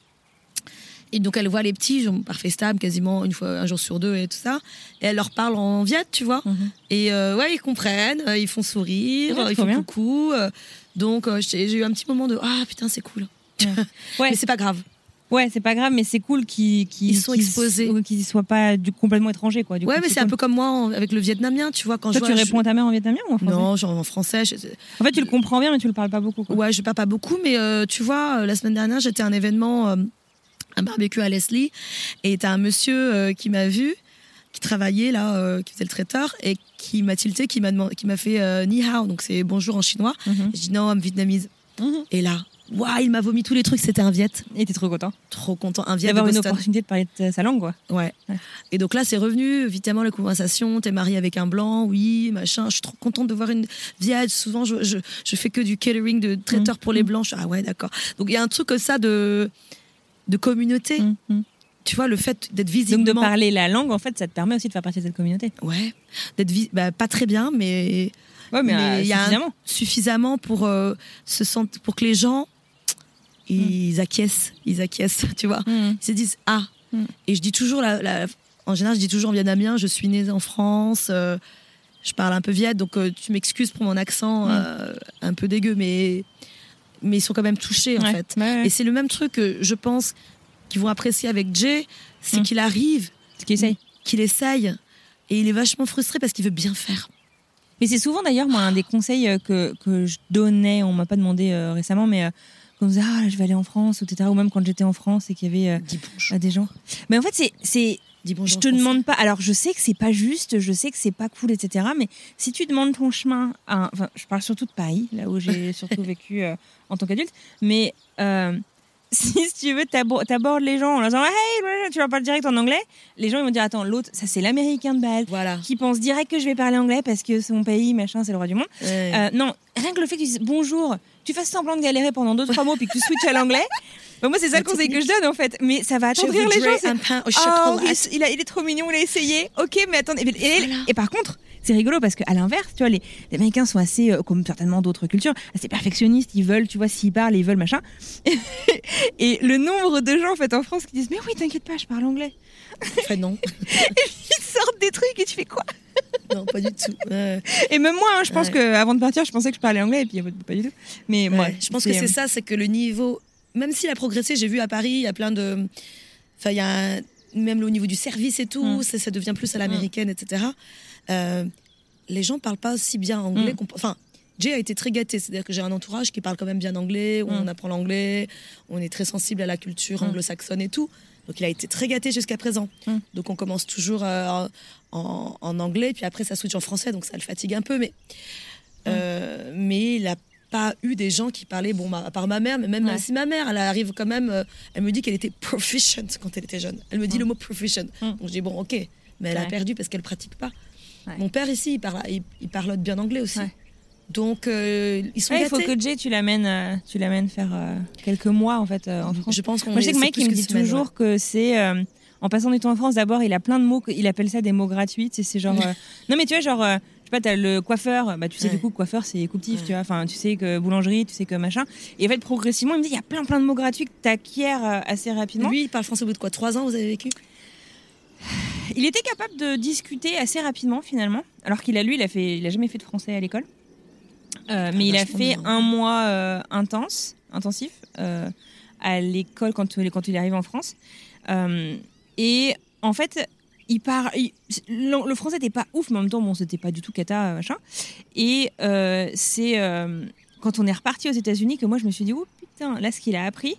Et donc elle voit les petits, par FaceTime quasiment un jour sur 2 et tout ça. Et elle leur parle en viet, tu vois. Et ouais, ils comprennent, ils font sourire, ils font coucou. Donc j'ai eu un petit moment de ah putain c'est cool. Ouais. Mais c'est pas grave. Ouais, c'est pas grave, mais c'est cool qu'ils sont exposés, qu'ils soient pas complètement étrangers, quoi. Du coup, mais c'est un peu comme moi avec le vietnamien, tu vois. Quand toi, tu réponds à ta mère en vietnamien ou en français? Non, genre en français. En fait, tu le comprends bien, mais tu le parles pas beaucoup, quoi. Ouais, je parle pas beaucoup, mais tu vois, la semaine dernière, j'étais à un événement, un barbecue à Leslie, et t'as un monsieur qui m'a vu, qui travaillait là, qui faisait le traiteur, et qui m'a tilté, qui m'a fait ni hao, donc c'est bonjour en chinois. Je dis non, I'm vietnamese. Et là. Waouh, il m'a vomi tous les trucs, c'était un viet. Et t'es trop content? Trop content. Un viet d'avoir de une Boston. opportunité de parler de sa langue, quoi. Ouais. Et donc là, c'est revenu, évidemment, la conversation. T'es marié avec un blanc, oui, machin. Je suis trop contente de voir une viet. Souvent, je fais que du catering, de traiteur pour les blancs. Ah ouais, d'accord. Donc il y a un truc comme ça de communauté. Tu vois, le fait d'être visiblement... Donc de parler la langue, en fait, ça te permet aussi de faire partie de cette communauté. Ouais. D'être pas très bien, mais... Ouais, mais il y a suffisamment pour pour que les gens... Ils acquiescent, tu vois. Ils se disent ah. Et je dis toujours en général, je dis toujours en vietnamien, je suis née en France, je parle un peu viet, donc tu m'excuses pour mon accent un peu dégueu, mais ils sont quand même touchés en fait. Et c'est le même truc que je pense qu'ils vont apprécier avec Jay, c'est qu'il arrive, qu'il essaye, et il est vachement frustré parce qu'il veut bien faire. Mais c'est souvent d'ailleurs moi un des conseils que je donnais, on m'a pas demandé récemment, mais on disait ah je vais aller en France, etc. Ou même quand j'étais en France et qu'il y avait des gens. Mais en fait c'est je te demande pas. Alors je sais que c'est pas juste, je sais que c'est pas cool, etc. Mais si tu demandes ton chemin, enfin je parle surtout de Paris, là où j'ai surtout vécu en tant qu'adulte. Mais si tu veux t'abordes les gens en leur disant hey, tu leur parles direct en anglais, les gens ils vont dire attends l'autre ça c'est l'américain de base qui pense direct que je vais parler anglais parce que c'est mon pays machin c'est le roi du monde. Non rien que le fait que tu dises bonjour, tu fasses semblant de galérer pendant 2-3 mots puis que tu switches à l'anglais. Bah moi c'est ça le conseil que je donne en fait, mais ça va attendrir les gens. Un pain au chocolat. Il est trop mignon, il a essayé. Ok mais attendez et par contre c'est rigolo parce qu'à l'inverse, tu vois, les Américains sont assez, comme certainement d'autres cultures, assez perfectionnistes. Ils veulent, tu vois, s'ils parlent, ils veulent machin. Et le nombre de gens en fait en France qui disent mais oui, t'inquiète pas, je parle anglais. Enfin non. Et puis ils sortent des trucs et tu fais quoi? Non, pas du tout. Et même moi, je pense qu'avant de partir, je pensais que je parlais anglais et puis pas du tout. Mais moi, je pense que c'est ça, c'est que le niveau, même s'il a progressé, j'ai vu à Paris, il y a plein de, enfin il y a même au niveau du service et tout, ça devient plus à l'américaine, etc. Les gens parlent pas aussi bien anglais. Enfin, Jay a été très gâté, c'est-à-dire que j'ai un entourage qui parle quand même bien anglais, où on apprend l'anglais, on est très sensible à la culture anglo-saxonne et tout. Donc il a été très gâté jusqu'à présent. Donc on commence toujours en anglais, puis après ça switch en français, donc ça le fatigue un peu. Mais il a pas eu des gens qui parlaient, à part ma mère, mais même si ma mère, elle arrive quand même, elle me dit qu'elle était proficient quand elle était jeune. Elle me dit le mot proficient. Donc je dis bon, ok, mais elle a perdu parce qu'elle pratique pas. Mon père ici, il parle bien anglais aussi. Donc ils sont gâtés. Il faut que Jay, tu l'amènes faire quelques mois en fait en France. Je pense qu'on Moi, je sais que Mike il me dit toujours que c'est en passant du temps en France, d'abord il a plein de mots, il appelle ça des mots gratuits. C'est genre non mais tu vois genre je sais pas, t'as le coiffeur, tu sais du coup coiffeur c'est coupe-tif, tu vois, enfin tu sais que boulangerie, tu sais que machin. Et en fait progressivement il me dit il y a plein de mots gratuits que t'acquiers assez rapidement. Lui il parle français au bout de quoi, 3 ans vous avez vécu? Il était capable de discuter assez rapidement finalement, alors qu'il a jamais fait de français à l'école. Mais il a fait un mois intensif à l'école quand il arrive en France. Et en fait, le français n'était pas ouf, mais en même temps, bon, c'était pas du tout cata, machin. Et c'est quand on est reparti aux États-Unis que moi, je me suis dit, oh putain, là, ce qu'il a appris,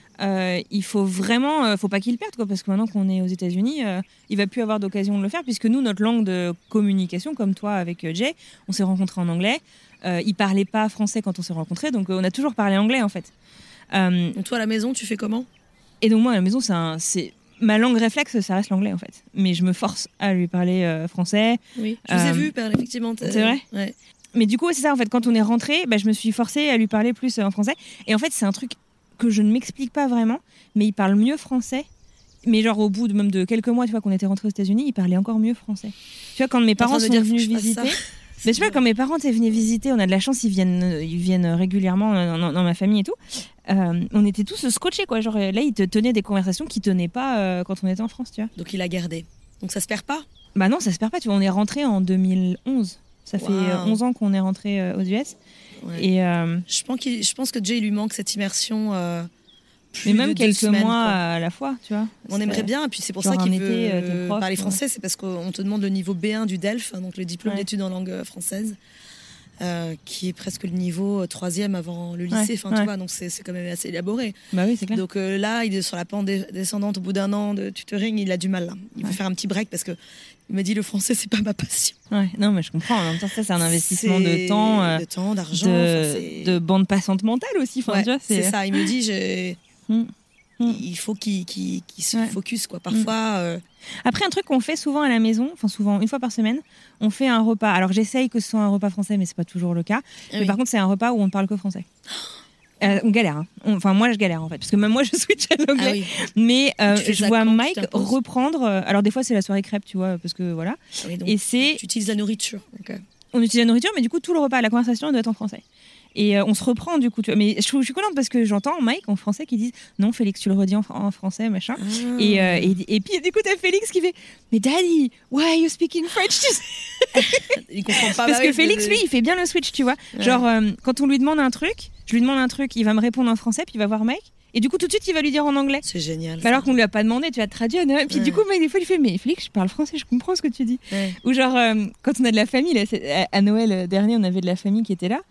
il faut vraiment, faut pas qu'il le perde, quoi, parce que maintenant qu'on est aux États-Unis, il va plus avoir d'occasion de le faire, puisque nous, notre langue de communication, comme toi avec Jay, on s'est rencontrés en anglais. Il parlait pas français quand on s'est rencontrés, donc on a toujours parlé anglais en fait. Donc toi à la maison, tu fais comment ? Et donc moi à la maison, c'est ma langue réflexe, ça reste l'anglais en fait. Mais je me force à lui parler français. Oui. Je vous ai vu parler effectivement. C'est vrai ? Ouais. Mais du coup, c'est ça en fait. Quand on est rentré, je me suis forcée à lui parler plus en français. Et en fait, c'est un truc que je ne m'explique pas vraiment, mais il parle mieux français. Mais genre au bout de même de quelques mois, tu vois, qu'on était rentrés aux États-Unis, il parlait encore mieux français. Tu vois, quand mes parents sont venus visiter. Mais tu vois, quand mes parents étaient venus visiter, on a de la chance, ils viennent régulièrement dans ma famille et tout. On était tous scotchés, quoi. Genre là, ils te tenaient des conversations qui tenaient pas quand on était en France, tu vois. Donc il a gardé. Donc ça se perd pas ? Bah non, ça se perd pas. Tu vois, on est rentrés en 2011. Ça fait 11 ans qu'on est rentrés aux US. Ouais. Et je pense que Jay il lui manque cette immersion. Mais même quelques semaines, mois quoi. à la fois, tu vois. On aimerait bien, et puis c'est pour ça qu'il veut prof, parler français, c'est parce qu'on te demande le niveau B1 du DELF, donc le diplôme d'études en langue française, qui est presque le niveau 3e avant le lycée, tu vois, donc c'est quand même assez élaboré. Bah oui, c'est clair. Donc là, il est sur la pente descendante au bout d'un an de tutoring, il a du mal là. Il veut faire un petit break parce que il m'a dit le français c'est pas ma passion. Ouais, non mais je comprends. En même temps, ça c'est un investissement de temps, d'argent, de bande passante mentale aussi. Enfin, tu vois, c'est ça. Il me dit il faut qu'il se focus quoi. Parfois. Après un truc qu'on fait souvent à la maison, enfin souvent une fois par semaine, on fait un repas. Alors j'essaye que ce soit un repas français, mais c'est pas toujours le cas. Mais par contre c'est un repas où on ne parle que français. On galère. Hein. Enfin moi je galère en fait, parce que même moi je switch à l'anglais. Mais je vois Mike reprendre. Alors des fois c'est la soirée crêpe, tu vois, parce que voilà. Oui, donc, et c'est. Tu utilises la nourriture. On utilise la nourriture, mais du coup tout le repas, la conversation doit être en français. Et on se reprend du coup, tu vois. Mais je suis contente parce que j'entends Mike en français qui dit non, Félix, tu le redis en français, machin. Et puis du coup, t'as Félix qui fait mais Daddy, why are you speaking French? Il comprend pas. Parce que Félix, lui, il fait bien le switch, tu vois. Ouais. Genre, quand on lui demande un truc, je lui demande un truc, il va me répondre en français, puis il va voir Mike. Et du coup, tout de suite, il va lui dire en anglais. C'est génial. Alors qu'on lui a pas demandé, tu vas traduire. Et puis du coup, Mike, des fois, il fait mais Félix, je parle français, je comprends ce que tu dis. Ouais. Ou genre, quand on a de la famille, là, à Noël dernier, on avait de la famille qui était là.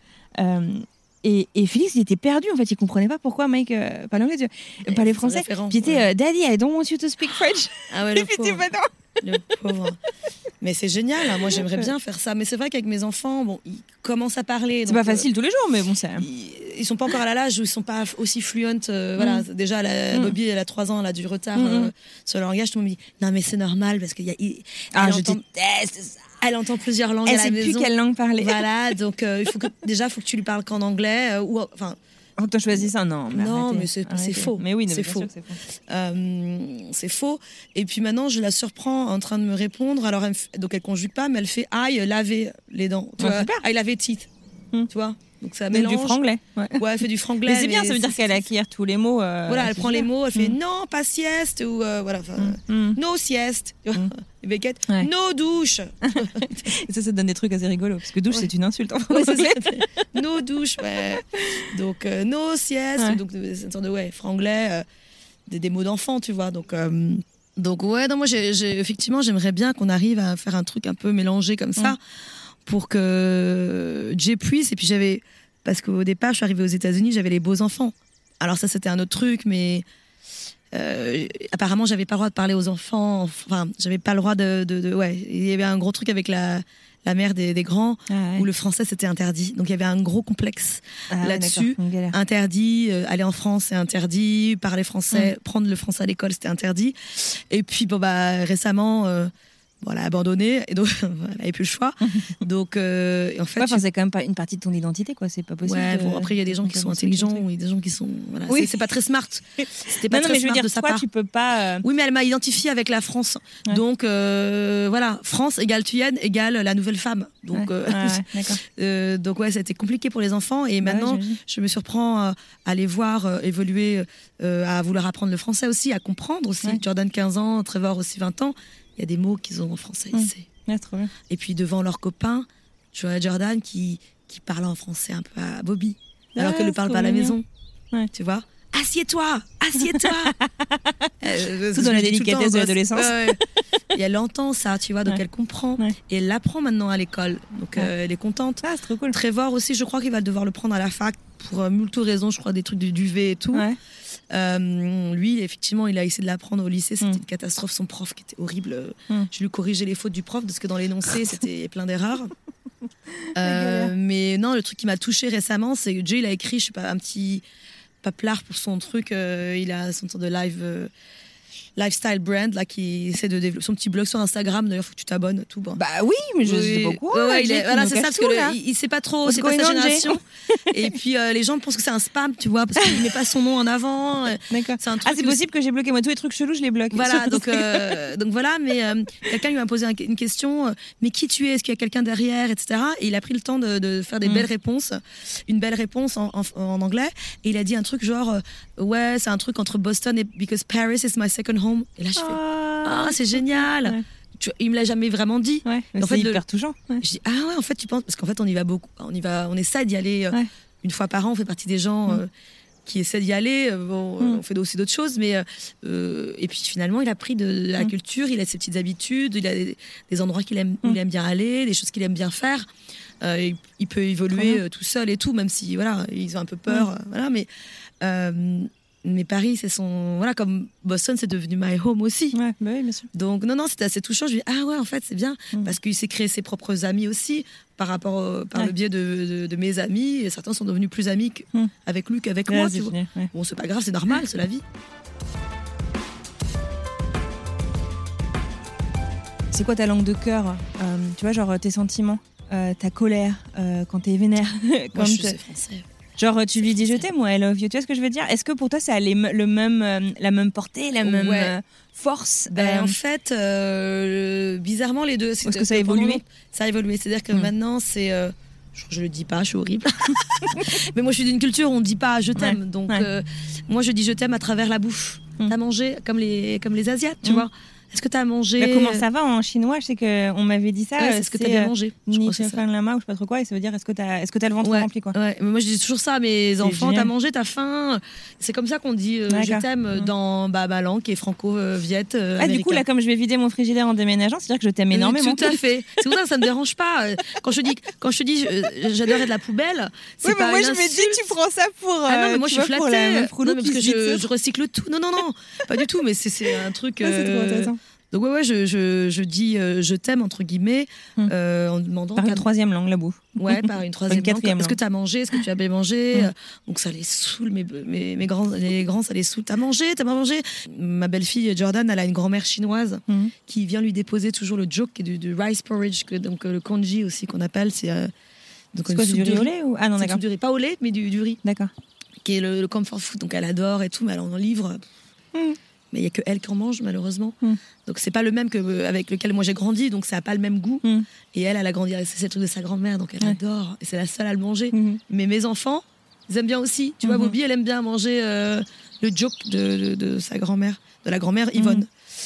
Et Félix, il était perdu en fait, il comprenait pas pourquoi Mike parlait anglais, parlait français. Puis il était Daddy, I don't want you to speak French. Ah ouais, le pauvre. Le pauvre. Mais c'est génial, hein. Moi j'aimerais bien faire ça. Mais c'est vrai qu'avec mes enfants, bon, ils commencent à parler. C'est pas facile tous les jours, mais bon, ça. Ils sont pas encore à l'âge où ils sont pas aussi fluents. Voilà, déjà Bobby, elle a 3 ans, elle a du retard sur le langage. Tout le monde me dit non mais c'est normal parce qu'il y a. Je déteste ça. Elle entend plusieurs langues à la maison. Elle sait plus quelle langue parler. Voilà, donc il faut que tu lui parles qu'en anglais ou enfin. Faut que tu choisisses ça, non. Mais c'est faux. Mais oui, c'est faux. C'est faux. Et puis maintenant, je la surprends en train de me répondre. Alors, donc elle conjugue pas, mais elle fait aïe laver les dents. Tu vois, aïe laver teeth. Tu vois. Donc ça mélange. Du franglais. Ouais, elle fait du franglais. Mais c'est bien, ça veut dire qu'elle acquiert tous les mots. Voilà, elle prend les mots, elle fait non, pas sieste ou voilà. No sieste. Les béquettes. No douche. Et ça donne des trucs assez rigolos parce que douche c'est une insulte en français. No douche. Ouais. Donc no sieste. Ouais. Donc c'est une sorte de franglais, des mots d'enfant, tu vois. Donc ouais, non, moi effectivement j'aimerais bien qu'on arrive à faire un truc un peu mélangé comme ça. Pour que Jay puisse. Et puis parce qu'au départ, je suis arrivée aux États-Unis, j'avais les beaux enfants. Alors ça, c'était un autre truc, mais apparemment, j'avais pas le droit de parler aux enfants. Enfin, j'avais pas le droit il y avait un gros truc avec la mère des grands où le français c'était interdit. Donc il y avait un gros complexe là-dessus. Interdit, aller en France c'est interdit, parler français, prendre le français à l'école c'était interdit. Et puis récemment. Bon, elle a abandonné et donc elle n'avait plus le choix. Donc en fait, c'est quand même pas une partie de ton identité, quoi. C'est pas possible. Ouais, bon, après il y a des gens qui sont intelligents, il y a des gens qui sont. Voilà, oui. c'est pas très smart. C'était pas très smart de sa part. Tu peux pas. Oui, mais elle m'a identifiée avec la France. Ouais. Donc voilà, France égale Tuyenne égale la nouvelle femme. Donc donc ouais, c'était compliqué pour les enfants et maintenant je me surprends à les voir évoluer, à vouloir apprendre le français aussi, à comprendre aussi. Jordan 15 ans, Trevor aussi 20 ans. Il y a des mots qu'ils ont en français, il sait. Trop bien. Et puis devant leurs copains, tu vois Jordan qui parle en français un peu à Bobby, alors qu'elle ne parle pas à la maison. Ouais. Tu vois, assieds-toi. Tout dans la délicatesse de l'adolescence. Et elle entend ça, tu vois, donc elle comprend. Et elle l'apprend maintenant à l'école. Donc elle est contente. Ah, c'est trop cool. Trevor aussi, je crois qu'il va devoir le prendre à la fac pour multiples raisons, je crois, des trucs de duvet et tout. Lui, effectivement, il a essayé de l'apprendre au lycée. C'était une catastrophe. Son prof qui était horrible. Je lui corrigeais les fautes du prof parce que dans l'énoncé, c'était plein d'erreurs. Mais non, le truc qui m'a touchée récemment, c'est que Jay, il a écrit, je sais pas, un petit paplard pour son truc. Il a son sorte de lifestyle brand là qui essaie de développer son petit blog sur Instagram. D'ailleurs, faut que tu t'abonnes tout. Bon. Bah oui, mais je sais pas quoi. Voilà, c'est ça parce que il sait pas trop, c'est pas sa génération. Et puis les gens pensent que c'est un spam, tu vois, parce qu'il met pas son nom en avant. D'accord. C'est un truc. C'est possible que j'ai bloqué moi tous les trucs chelous, je les bloque. Voilà, donc voilà, mais quelqu'un lui a posé une question, mais qui tu es, est-ce qu'il y a quelqu'un derrière, etc. Et il a pris le temps de faire des belles réponses, une belle réponse en anglais, et il a dit un truc genre ouais, c'est un truc entre Boston et because Paris is my second home. Et là je fais c'est génial. Il me l'a jamais vraiment dit. En fait, hyper touchant. Je dis en fait tu penses, parce qu'en fait on y va beaucoup, on essaie d'y aller une fois par an, on fait partie des gens qui essaient d'y aller. On fait aussi d'autres choses, mais et puis finalement il a pris de la culture, il a ses petites habitudes, il a des endroits où il aime bien aller, des choses qu'il aime bien faire. Il peut évoluer tout seul et tout, même si voilà, ils ont un peu peur, voilà, mais Paris, c'est son... Voilà, comme Boston, c'est devenu my home aussi. Ouais, bah oui, bien sûr. Donc, non, c'était assez touchant. Je lui dis, en fait, c'est bien. Parce qu'il s'est créé ses propres amis aussi, par le biais de mes amis. Et certains sont devenus plus amis avec lui qu'avec moi. Tu vois. Bon, c'est pas grave, c'est normal, c'est la vie. C'est quoi ta langue de cœur tu vois, genre tes sentiments, ta colère, quand t'es vénère. Moi, je sais français. Genre, tu lui dis je t'aime ou I love you, tu vois ce que je veux dire? Est-ce que pour toi, ça a la même portée, la même force? En fait, bizarrement, les deux. Est-ce que ça a évolué? Ça a évolué, c'est-à-dire que maintenant, c'est... je le dis pas, je suis horrible. Mais moi, je suis d'une culture où on dit pas je t'aime. Donc, moi, je dis je t'aime à travers la bouffe. T'as mangé comme les Asiates, tu vois. Est-ce que t'as mangé? Mais comment ça va en chinois? Je sais qu'on m'avait dit ça. C'est ce que t'as bien mangé. Ni Chefan Lama ou je sais pas trop quoi. Et ça veut dire est-ce que t'as le ventre rempli, quoi. Ouais. Mais moi je dis toujours ça à mes enfants. T'as mangé, t'as faim. C'est comme ça qu'on dit je t'aime dans ma langue qui est franco-viette. Du coup là, comme je vais vider mon frigidaire en déménageant, c'est-à-dire que je t'aime énormément. Tout à fait. C'est pour ça que ça me dérange pas. Quand je te dis j'adorais de la poubelle. C'est pas moi je me dis tu prends ça pour. Ah non mais moi je suis flattée. Parce que je recycle tout. Non, pas du tout. Mais c'est un truc. C'est trop intéressant. Donc je dis je t'aime entre guillemets en demandant par une troisième langue la bouffe. Ouais, par une troisième langue. Est-ce que tu as mangé? Est-ce que tu as bien mangé? Donc ça les saoule, mes grands ça les saoule. T'as pas mangé? Ma belle-fille Jordan, elle a une grand-mère chinoise qui vient lui déposer toujours le jok qui est du rice porridge, donc le congee aussi qu'on appelle. C'est quoi, du riz au lait ou... Ah non, d'accord. Du riz, pas au lait, mais du riz. D'accord. Qui est le comfort food, donc elle adore et tout, mais elle en livre. Mais il n'y a que elle qui en mange, malheureusement. Donc, c'est pas le même avec lequel moi j'ai grandi, donc ça n'a pas le même goût. Et elle a grandi, c'est le truc de sa grand-mère, donc elle adore. Et c'est la seule à le manger. Mais mes enfants, ils aiment bien aussi. Tu vois, Bobby, elle aime bien manger le joke de sa grand-mère, de la grand-mère Yvonne.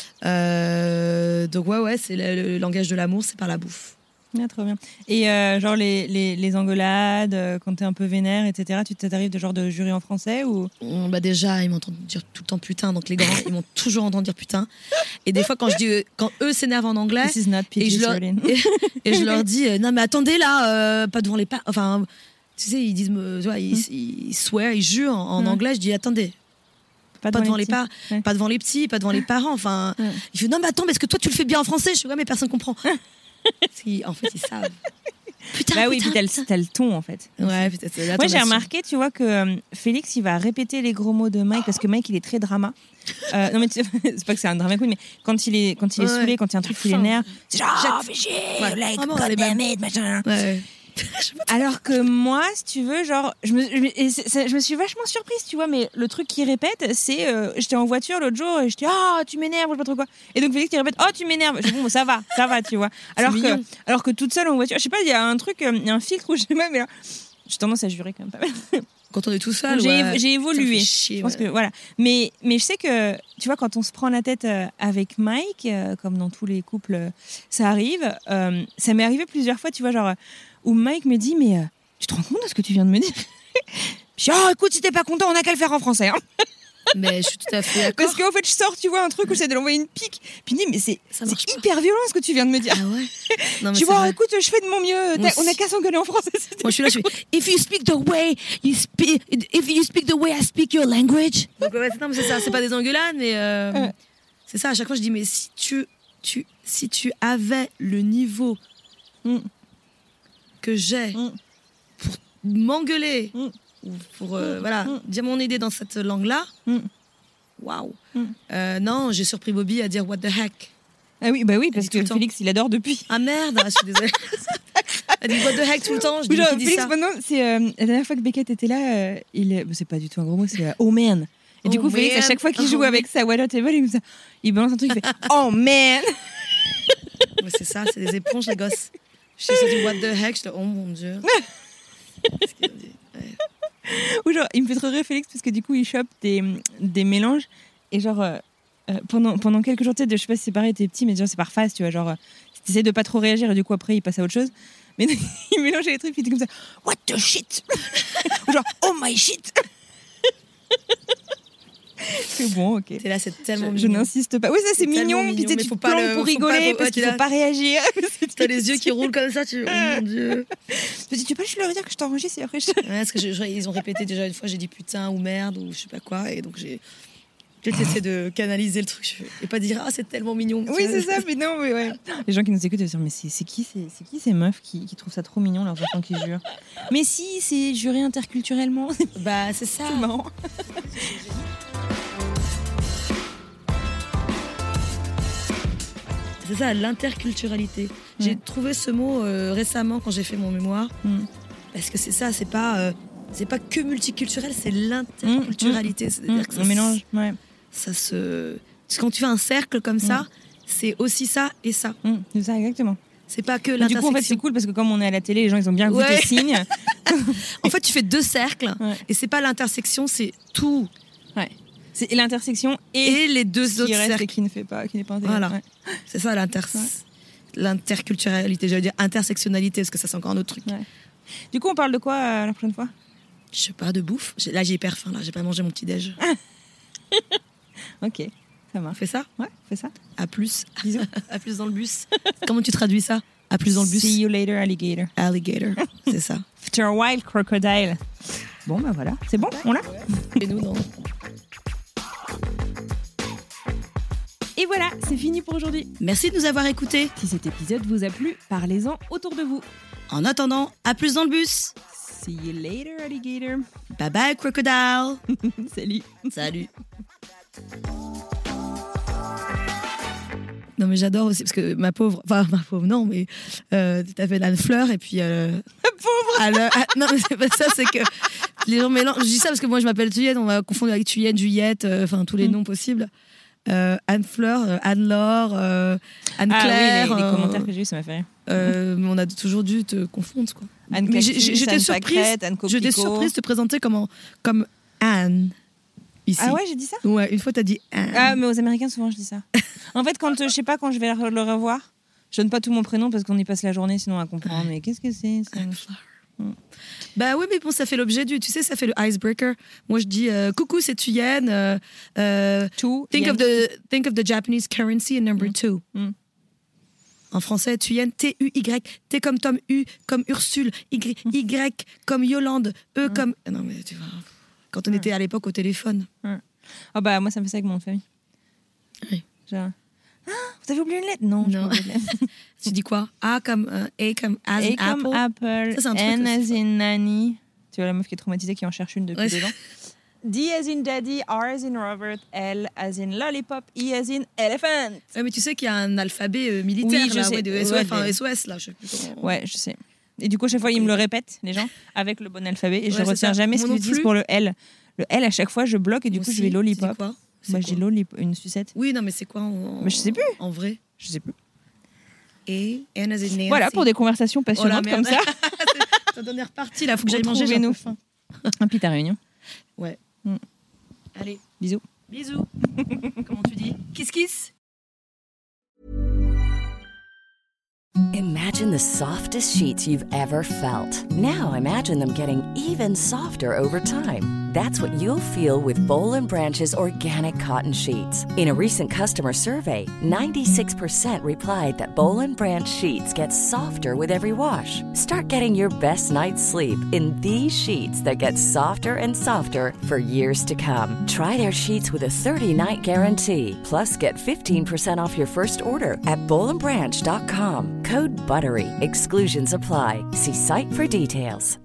Donc, c'est le langage de l'amour, c'est par la bouffe. Ah, trop bien. Et genre les engueulades, quand t'es un peu vénère, etc., tu t'arrives de jurer en français ou... Déjà, ils m'entendent dire tout le temps putain, donc les grands, ils m'ont toujours entendu dire putain. Et des fois, quand eux s'énervent en anglais, et je leur dis non mais attendez là, pas devant les parents. Enfin, tu sais, ils disent, ils swear, ils jurent en anglais. Je dis attendez. Pas devant les petits, pas devant les parents. Enfin, il fait non mais attends, mais est-ce que toi tu le fais bien en français? Je dis ouais mais personne comprend. En fait, ils savent. Putain, bah oui, puis t'as le ton en fait. Ouais, peut-être. Moi, j'ai remarqué, tu vois, que Félix, il va répéter les gros mots de Mike parce que Mike, il est très drama. Non, mais c'est pas que c'est un drama queen, mais quand il est saoulé, quand il y a un truc qui l'énerve, c'est genre, fais chier, like, goddammit, machin. Ouais. Alors que moi, si tu veux, genre, je me suis vachement surprise, tu vois, mais le truc qu'il répète, c'est j'étais en voiture l'autre jour et j'étais tu m'énerves, je sais pas trop quoi. Et donc Félix il répète tu m'énerves. Je dis bon, ça va, tu vois. Alors que toute seule en voiture, je sais pas, il y a un truc, il y a un filtre où je sais pas, mais là, j'ai tendance à jurer quand même pas mal. Quand on est tout seul, j'ai évolué. Chier, je pense que voilà. Mais je sais que tu vois, quand on se prend la tête avec Mike, comme dans tous les couples, ça arrive. Ça m'est arrivé plusieurs fois, tu vois, genre où Mike me dit mais tu te rends compte de ce que tu viens de me dire? Puis écoute, si t'es pas content, on a qu'à le faire en français. Hein. Mais je suis tout à fait d'accord. Parce qu'en fait, je sors, tu vois, un truc où j'essaie de l'envoyer une pique. Puis mais c'est hyper violent ce que tu viens de me dire. Ah ouais. Non, mais tu vois, écoute, je fais de mon mieux. On a qu'à s'engueuler en français. Moi, je suis là, je fais if you speak the way I speak your language. Donc ouais, non, mais c'est ça, c'est pas des engueulades, mais c'est ça. À chaque fois, je dis mais si tu avais le niveau que j'ai pour m'engueuler ou pour dire mon idée dans cette langue-là, waouh. Non, j'ai surpris Bobby à dire what the heck. Ah oui, bah oui, parce que Félix, il adore depuis. Ah merde, je suis désolée. Elle dit what the heck tout le temps. Je dis, qui dit Félix, ça maintenant, c'est la dernière fois que Beckett était là, c'est pas du tout un gros mot, c'est oh man. Et du coup, Félix, à chaque fois qu'il joue avec sa Wallet Table, il balance un truc, il fait oh man. Ouais, c'est ça, c'est des éponges, les gosses. Je suis sortie what the heck, je dis oh mon dieu. Qu'est-ce qu'il dit Ou genre, il me fait trop rire Félix parce que du coup, il chope des mélanges et genre. Pendant quelques jours, tu sais, je sais pas si c'est pareil, t'es petit, mais genre c'est par phase, tu vois, genre t'essaies de pas trop réagir et du coup après il passe à autre chose. Mais il mélangeait les trucs, puis il était comme ça, what the shit. Ou genre, oh my shit. C'est bon, ok. C'est là, c'est tellement mignon. Je n'insiste pas. Oui, ça c'est mignon, puis tu sais, tu plantes pour rigoler parce qu'il faut pas réagir. T'as les yeux qui roulent comme ça, oh mon dieu. Je dis, tu peux pas juste leur dire que je t'enregistre et après je. Ouais, parce que ils ont répété déjà une fois, j'ai dit putain ou merde ou je sais pas quoi, et donc j'ai essayé de canaliser le truc et pas dire c'est tellement mignon. Oui, c'est ça, mais non, mais ouais. Les gens qui nous écoutent, ils se disent mais c'est qui ces meufs qui trouvent ça trop mignon, leurs enfants qui jurent. Mais si, c'est juré interculturellement. Bah, c'est ça. C'est marrant. C'est ça, l'interculturalité. J'ai trouvé ce mot récemment quand j'ai fait mon mémoire. Parce que c'est ça, c'est pas que multiculturel, c'est l'interculturalité. C'est-à-dire que ça mélange, ouais. Quand tu fais un cercle comme ça, c'est aussi ça et ça. C'est ça, exactement. C'est pas que l'intersection. Du coup, en fait, c'est cool parce que comme on est à la télé, les gens, ils ont bien goûté le signe. En fait, tu fais deux cercles et c'est pas l'intersection, c'est tout. Ouais. C'est l'intersection et les deux autres cercles. Qui n'est pas intégré. Voilà. Ouais. C'est ça l'interculturalité. J'allais dire intersectionnalité parce que ça, c'est encore un autre truc. Ouais. Du coup, on parle de quoi la prochaine fois? Je sais pas, de bouffe. Là, j'ai hyper faim. Là, j'ai pas mangé mon petit déj. Ok, ça marche. Fais ça. Ouais, fais ça. À plus. Bisous. À plus dans le bus. Comment tu traduis ça? À plus dans le bus. See you later, alligator. Alligator, c'est ça. After a while, crocodile. Bon, bah voilà, c'est bon, on l'a. Et nous, non. Et voilà, c'est fini pour aujourd'hui. Merci de nous avoir écoutés. Si cet épisode vous a plu, parlez-en autour de vous. En attendant, à plus dans le bus. See you later, alligator. Bye bye, crocodile. Salut. Salut. Non mais j'adore aussi parce que ma pauvre non mais t'avais l'Anne Fleur et puis pauvre non mais c'est pas ça, c'est que les gens mélangent. Je dis ça parce que moi je m'appelle Thuyen, on va confondre avec Thuyen, Juliette, enfin tous les noms possibles. Anne Fleur, Anne-Laure, Anne-Claire. Oui, les commentaires que j'ai eu, ça m'a fait rire. Mais on a toujours dû te confondre quoi. Anne mais Cactus, j'étais Anne surprise, Pâquerette, Anne Coquelicot. j'étais surprise de te présenter comme Anne. Ici. Ah ouais, j'ai dit ça? Ouais, une fois t'as dit Anne. Ah, mais aux Américains, souvent je dis ça. En fait, quand je sais pas, quand je vais le revoir, je donne pas tout mon prénom parce qu'on y passe la journée, sinon on va comprendre. Mais qu'est-ce que c'est Bah oui, mais bon, ça fait l'objet tu sais, ça fait le icebreaker. Moi, je dis coucou, c'est Thuyen. Think of the Japanese currency and number 2. En français, Thuyen, T-U-Y. T comme Tom, U comme Ursule, Y comme Yolande, E comme. Non, mais tu vois. Quand on était à l'époque au téléphone. Ah bah moi ça me fait ça avec mon famille. Oui. Genre, vous avez oublié une lettre? Non. Tu dis quoi? A comme as in apple. Ça, c'est un truc N aussi. as in nanny. Tu vois la meuf qui est traumatisée qui en cherche une depuis 2 ans. D as in daddy, R as in Robert, L as in lollipop, E as in elephant. Ouais, mais tu sais qu'il y a un alphabet militaire oui, je sais. de SOS, SOS là. Je sais plus comment... Ouais, je sais. Et du coup, à chaque fois, ils me le répètent, les gens, avec le bon alphabet. Et je retiens jamais ce qu'ils disent pour le L. Le L, à chaque fois, je bloque et du coup, je vais lollipop. Quoi? Moi, je dis lollipop, une sucette. Oui, non, mais c'est quoi Mais je sais plus. En vrai, je sais plus. Et N as in Nancy. Voilà, pour des conversations passionnantes comme ça. Ça donne reparti là, faut que j'aille manger. J'ai faim. Un pita réunion. Ouais. Allez, bisous. Bisous. Comment tu dis? Kiss kiss. Imagine the softest sheets you've ever felt. Now imagine them getting even softer over time. That's what you'll feel with Boll & Branch's organic cotton sheets. In a recent customer survey, 96% replied that Boll & Branch sheets get softer with every wash. Start getting your best night's sleep in these sheets that get softer and softer for years to come. Try their sheets with a 30-night guarantee. Plus, get 15% off your first order at bollandbranch.com. Code BUTTERY. Exclusions apply. See site for details.